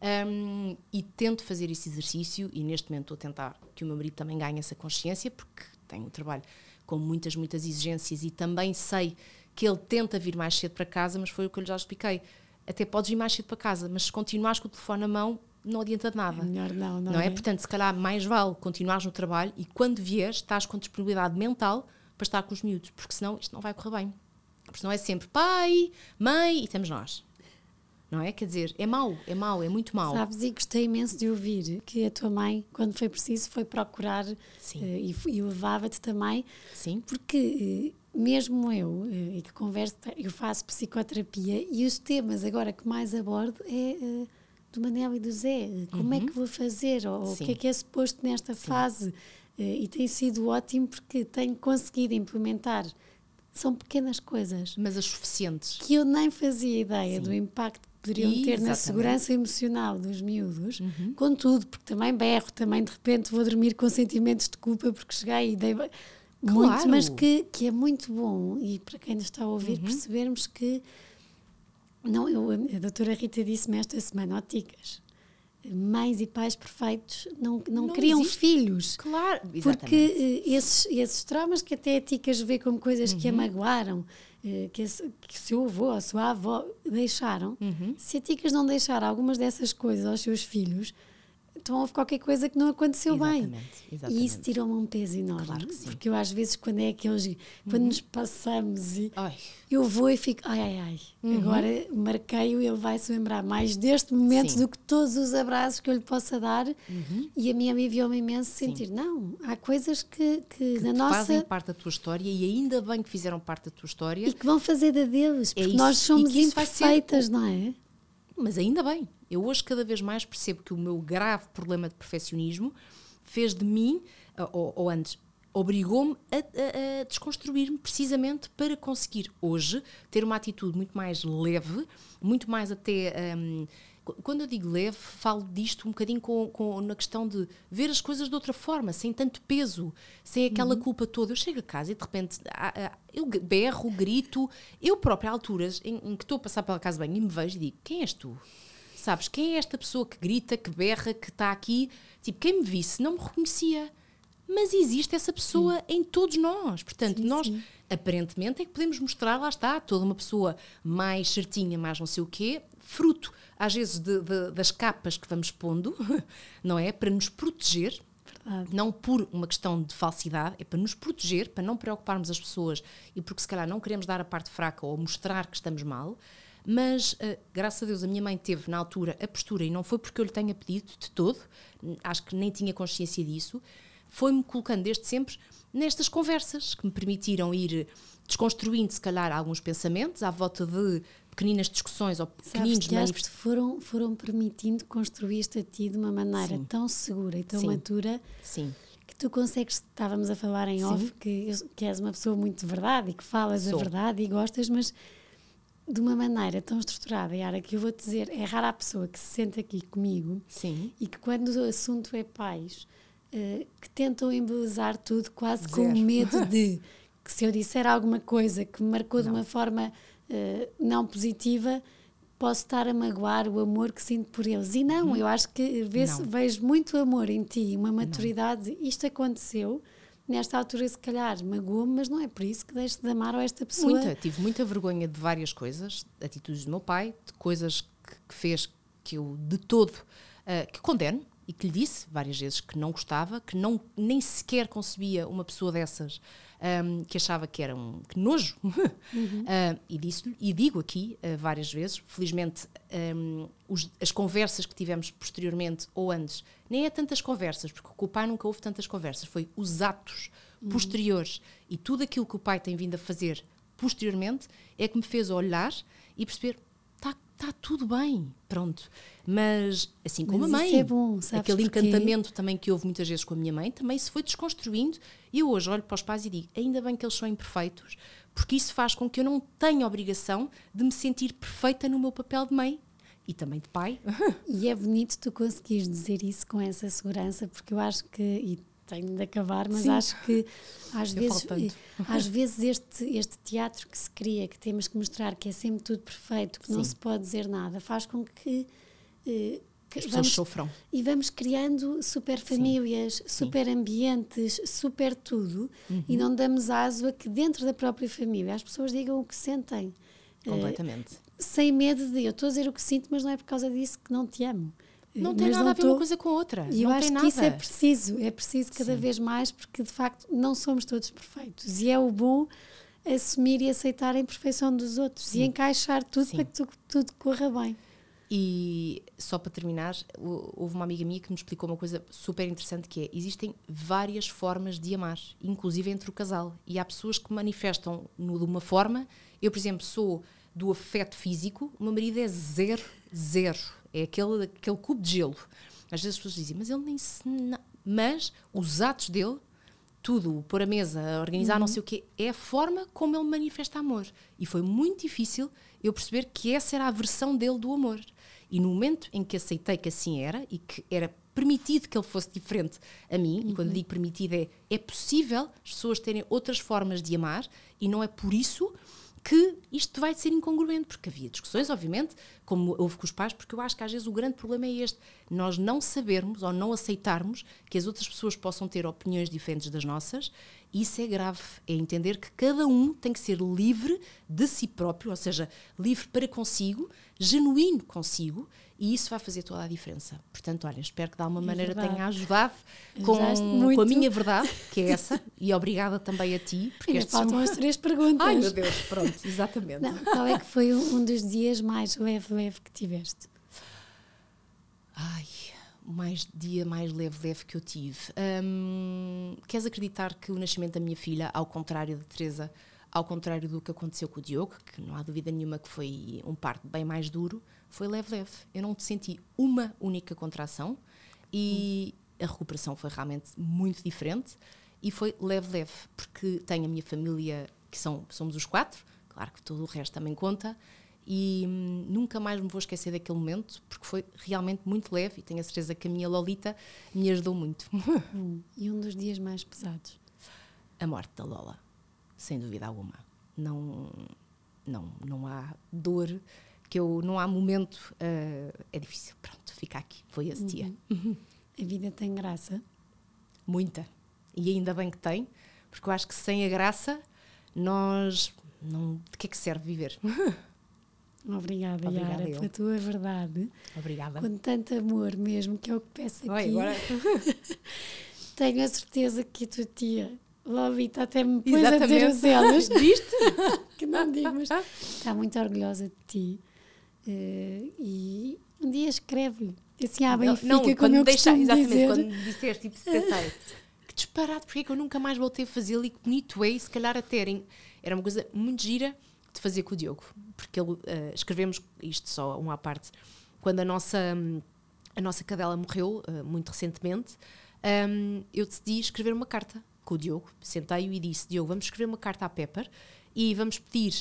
Um, e tento fazer esse exercício e neste momento estou a tentar que o meu marido também ganhe essa consciência, porque tem um trabalho com muitas, muitas exigências e também sei que ele tenta vir mais cedo para casa, mas foi o que eu lhe já expliquei. Até podes ir mais cedo para casa, mas se continuares com o telefone na mão, não adianta de nada. É melhor não, não, não é? é? Portanto, se calhar mais vale continuares no trabalho e quando vieres, estás com disponibilidade mental para estar com os miúdos, porque senão isto não vai correr bem. Porque senão é sempre pai, mãe e estamos nós. Não é? Quer dizer, é mau, é mau, é muito mau. Sabes, e gostei imenso de ouvir que a tua mãe, quando foi preciso, foi procurar uh, e, e levava-te também. Sim. Porque uh, mesmo eu, uh, e que converso, eu faço psicoterapia e os temas agora que mais abordo é... Uh, do Manel e do Zé, como uhum. é que vou fazer, ou o que é que é suposto nesta Sim. fase, uh, e tem sido ótimo porque tenho conseguido implementar, são pequenas coisas, mas as suficientes, que eu nem fazia ideia Sim. do impacto que poderiam e, ter exatamente. na segurança emocional dos miúdos, uhum. contudo, porque também berro, também de repente vou dormir com sentimentos de culpa porque cheguei e dei claro. muito, mas que, que é muito bom, e para quem nos está a ouvir uhum. percebermos que não, eu, a doutora Rita disse-me esta semana, ó ticas, mães e pais perfeitos não, não, não criam existe. filhos. Claro, exatamente. Porque uh, esses, esses traumas que até a ticas vê como coisas uhum. que a magoaram, uh, que, esse, que o seu avô ou a sua avó deixaram, uhum. se a ticas não deixar algumas dessas coisas aos seus filhos, então houve qualquer coisa que não aconteceu exatamente, bem. Exatamente. E isso tirou-me um peso enorme. Claro que sim. Porque eu às vezes, quando é aqueles... Quando uhum. nos passamos e ai. eu vou e fico... Ai, ai, ai. Uhum. Agora marquei-o e ele vai se lembrar mais deste momento sim. do que todos os abraços que eu lhe possa dar. Uhum. E a mim aliviou-me imenso sentir. Sim. Não, há coisas que, que, que na nossa... fazem parte da tua história e ainda bem que fizeram parte da tua história. E que vão fazer da deles. Porque é nós somos imperfeitas, ser... não é? Mas ainda bem. Eu hoje cada vez mais percebo que o meu grave problema de perfeccionismo fez de mim, ou, ou antes, obrigou-me a, a, a desconstruir-me precisamente para conseguir hoje ter uma atitude muito mais leve, muito mais até, um, quando eu digo leve, falo disto um bocadinho com, com, na questão de ver as coisas de outra forma, sem tanto peso, sem aquela uhum. culpa toda. Eu chego a casa e de repente eu berro, grito, eu própria, há alturas em, em que estou a passar pela casa de banho e me vejo e digo, quem és tu? Sabes, quem é esta pessoa que grita, que berra, que está aqui? Tipo, quem me visse não me reconhecia. Mas existe essa pessoa sim. em todos nós. Portanto, sim, nós, sim. aparentemente, é que podemos mostrar, lá está, toda uma pessoa mais certinha, mais não sei o quê, fruto, às vezes, de, de, das capas que vamos pondo, não é? Para nos proteger, verdade. Não por uma questão de falsidade, é para nos proteger, para não preocuparmos as pessoas e porque, se calhar, não queremos dar a parte fraca ou mostrar que estamos mal. Mas, uh, graças a Deus, a minha mãe teve, na altura, a postura, e não foi porque eu lhe tenha pedido de todo, acho que nem tinha consciência disso, foi-me colocando desde sempre nestas conversas que me permitiram ir desconstruindo, se calhar, alguns pensamentos à volta de pequeninas discussões ou pequeninos manifestações. Foram, foram permitindo construir-te a ti de uma maneira sim. tão segura e tão sim. madura sim. que tu consegues, estávamos a falar em sim. off, que, que és uma pessoa muito de verdade e que falas Sou. a verdade e gostas, mas de uma maneira tão estruturada, Yara, que eu vou-te dizer, é rara a pessoa que se sente aqui comigo sim. e que quando o assunto é pais... Uh, que tentam embelezar tudo quase Zero. Com o medo de que se eu disser alguma coisa que me marcou não. de uma forma uh, não positiva, posso estar a magoar o amor que sinto por eles. E não, hum. eu acho que vejo, vejo muito amor em ti, uma maturidade. Não. Isto aconteceu, nesta altura se calhar magoou-me, mas não é por isso que deixo de amar a esta pessoa. Muita, tive muita vergonha de várias coisas, atitudes do meu pai, de coisas que, que fez que eu de todo, uh, que condeno, e que lhe disse várias vezes que não gostava, que não, nem sequer concebia uma pessoa dessas, um, que achava que era um que nojo. Uhum. uh, e, disse, e digo aqui uh, várias vezes, felizmente, um, os, as conversas que tivemos posteriormente ou antes, nem é tantas conversas, porque com o pai nunca houve tantas conversas, foi os atos uhum. posteriores e tudo aquilo que o pai tem vindo a fazer posteriormente é que me fez olhar e perceber, está tá tudo bem, pronto. Mas, assim como Mas a mãe, é bom, aquele porquê? encantamento também que houve muitas vezes com a minha mãe, também se foi desconstruindo. E eu hoje olho para os pais e digo, ainda bem que eles são imperfeitos, porque isso faz com que eu não tenha a obrigação de me sentir perfeita no meu papel de mãe e também de pai. E é bonito tu conseguires dizer isso com essa segurança, porque eu acho que, e tenho de acabar, mas Sim. acho que às eu vezes, às vezes este, este teatro que se cria, que temos que mostrar que é sempre tudo perfeito, que Sim. não se pode dizer nada, faz com que... Uh, que as pessoas vamos, sofram. E vamos criando super famílias, Sim. super Sim. ambientes, super tudo, uhum. e não damos aso a que dentro da própria família as pessoas digam o que sentem. Completamente. Uh, sem medo de, eu estou a dizer o que sinto, mas não é por causa disso que não te amo. Não tem mas nada não a ver tô... uma coisa com a outra. E eu não acho tem que nada. isso é preciso, é preciso cada Sim. vez mais, porque de facto não somos todos perfeitos. E é o bom assumir e aceitar a imperfeição dos outros Sim. e encaixar tudo Sim. para que tu, tudo corra bem. E só para terminar, houve uma amiga minha que me explicou uma coisa super interessante, que é, existem várias formas de amar, inclusive entre o casal. E há pessoas que manifestam no, de uma forma. Eu, por exemplo, sou do afeto físico, o meu marido é zero, zero. É aquele, aquele cubo de gelo. Às vezes as pessoas dizem, mas ele nem se... Não. Mas os atos dele, tudo, pôr a mesa, organizar uhum. não sei o quê, é a forma como ele manifesta amor. E foi muito difícil eu perceber que essa era a versão dele do amor. E no momento em que aceitei que assim era, e que era permitido que ele fosse diferente a mim, uhum. e quando digo permitido é, é possível as pessoas terem outras formas de amar, e não é por isso que isto vai ser incongruente, porque havia discussões, obviamente, como houve com os pais, porque eu acho que às vezes o grande problema é este, nós não sabermos ou não aceitarmos que as outras pessoas possam ter opiniões diferentes das nossas. Isso é grave, é entender que cada um tem que ser livre de si próprio, ou seja, livre para consigo, genuíno consigo, e isso vai fazer toda a diferença. Portanto, olha, espero que de alguma maneira é tenha ajudado com, com a minha verdade, que é essa, e obrigada também a ti. Porque ainda faltam são... as três perguntas. Ai, meu Deus, pronto, exatamente. Não, qual é que foi um dos dias mais leve-leve que tiveste? Ai... o mais dia mais leve-leve que eu tive. Hum, queres acreditar que o nascimento da minha filha, ao contrário de Teresa, ao contrário do que aconteceu com o Diogo, que não há dúvida nenhuma que foi um parto bem mais duro, foi leve-leve. Eu não senti uma única contração e a recuperação foi realmente muito diferente e foi leve-leve, porque tenho a minha família, que são, somos os quatro, claro que todo o resto também conta, e hum, nunca mais me vou esquecer daquele momento, porque foi realmente muito leve e tenho a certeza que a minha Lolita me ajudou muito. Hum, e um dos dias mais pesados? A morte da Lola, sem dúvida alguma. Não, não, não há dor, que eu, não há momento, uh, é difícil, pronto, fica aqui, foi esse uhum. dia. A vida tem graça? Muita, e ainda bem que tem, porque eu acho que sem a graça, nós, não, de que é que serve viver? Obrigada, Obrigada Yara, eu. pela tua verdade. Obrigada. Com tanto amor mesmo, que é o que peço aqui. Oi, agora... Tenho a certeza que a tua tia Lolita até me pôs a dizer os elos. Viste? Que não digo, mas está muito orgulhosa de ti. Uh, e um dia escreve-lhe. Assim, à Benfica, não, não, como eu deixa, costumo exatamente, dizer. Quando me disseste, tipo, pensei, que disparado, porque é que eu nunca mais voltei a fazê-lo e que bonito é, e se calhar até era, era uma coisa muito gira de fazer com o Diogo, porque ele, uh, escrevemos isto só uma à parte, quando a nossa, um, a nossa cadela morreu, uh, muito recentemente, um, eu decidi escrever uma carta com o Diogo, sentei-o e disse, Diogo, vamos escrever uma carta à Pepper e vamos pedir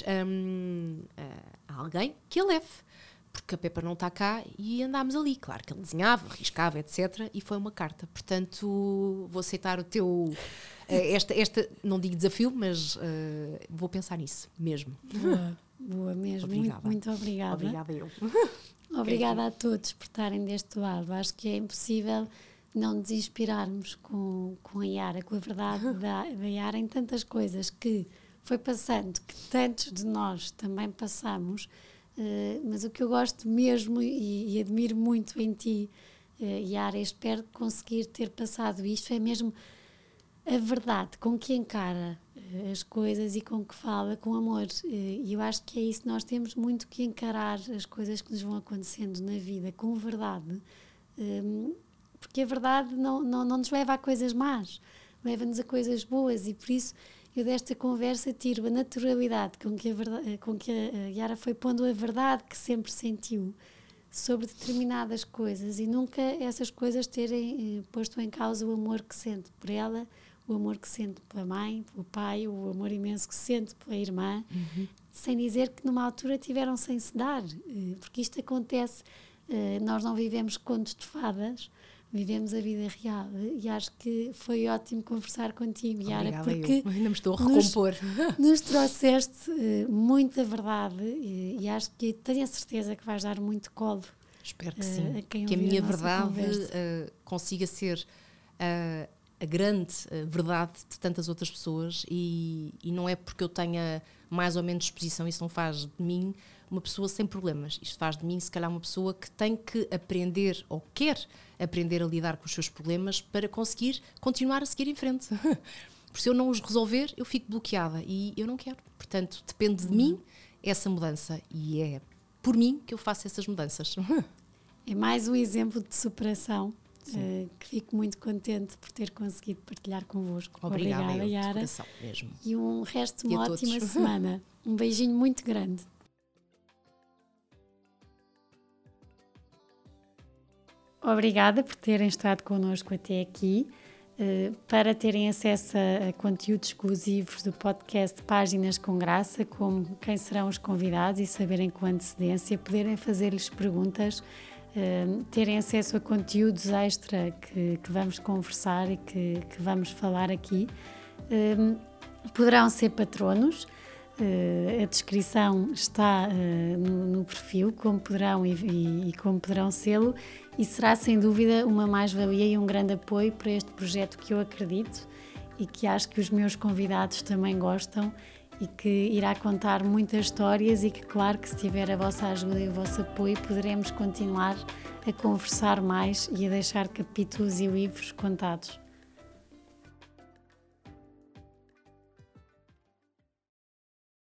um, a, a alguém que a leve, porque a Pepper não está cá, e andámos ali, claro que ele desenhava, riscava, etcétera, e foi uma carta, portanto vou aceitar o teu, uh, esta, esta, não digo desafio, mas uh, vou pensar nisso, mesmo. Boa, boa mesmo, muito, muito obrigada. Obrigada eu. Obrigada a todos por estarem deste lado, acho que é impossível não nos inspirarmos com, com a Yara, com a verdade da, da Yara em tantas coisas que foi passando, que tantos de nós também passamos. Uh, mas o que eu gosto mesmo e, e admiro muito em ti, uh, Yara, e espero conseguir ter passado isto, é mesmo a verdade com que encara uh, as coisas e com que fala com amor. Uh, e eu acho que é isso, nós temos muito que encarar as coisas que nos vão acontecendo na vida com verdade, um, porque a verdade não, não, não nos leva a coisas más, leva-nos a coisas boas, e por isso eu desta conversa tiro a naturalidade com que a, verdade, com que a Yara foi pondo a verdade que sempre sentiu sobre determinadas coisas, e nunca essas coisas terem eh, posto em causa o amor que sente por ela, o amor que sente pela mãe, pelo pai, o amor imenso que sente pela irmã, uhum. sem dizer que numa altura tiveram sem se dar, eh, porque isto acontece, eh, nós não vivemos contos de fadas, vivemos a vida real, e acho que foi ótimo conversar contigo, Yara, Obrigada, porque eu. Ainda me estou a recompor. Nos, nos trouxeste uh, muita verdade, e, e acho que tenho a certeza que vais dar muito colo. Espero que uh, sim, a que a minha a verdade uh, consiga ser uh, a grande uh, verdade de tantas outras pessoas, e, e não é porque eu tenha mais ou menos disposição, isso não faz de mim uma pessoa sem problemas, isto faz de mim se calhar uma pessoa que tem que aprender, ou quer aprender a lidar com os seus problemas para conseguir continuar a seguir em frente. Porque se eu não os resolver, eu fico bloqueada, e eu não quero. Portanto, depende de mim essa mudança, e é por mim que eu faço essas mudanças. É mais um exemplo de superação, uh, que fico muito contente por ter conseguido partilhar convosco. Obrigada, Obrigada, eu, Yara. de coração mesmo. E um resto de uma ótima semana. Um beijinho muito grande. Obrigada por terem estado connosco até aqui. Uh, para terem acesso a, a conteúdos exclusivos do podcast Páginas com Graça, como quem serão os convidados, e saberem com antecedência, poderem fazer-lhes perguntas, uh, terem acesso a conteúdos extra que, que vamos conversar e que, que vamos falar aqui, uh, poderão ser patronos. Uh, a descrição está uh, no, no perfil, como poderão e, e, e como poderão sê-lo, e será sem dúvida uma mais-valia e um grande apoio para este projeto que eu acredito e que acho que os meus convidados também gostam, e que irá contar muitas histórias, e que, claro, que se tiver a vossa ajuda e o vosso apoio, poderemos continuar a conversar mais e a deixar capítulos e livros contados.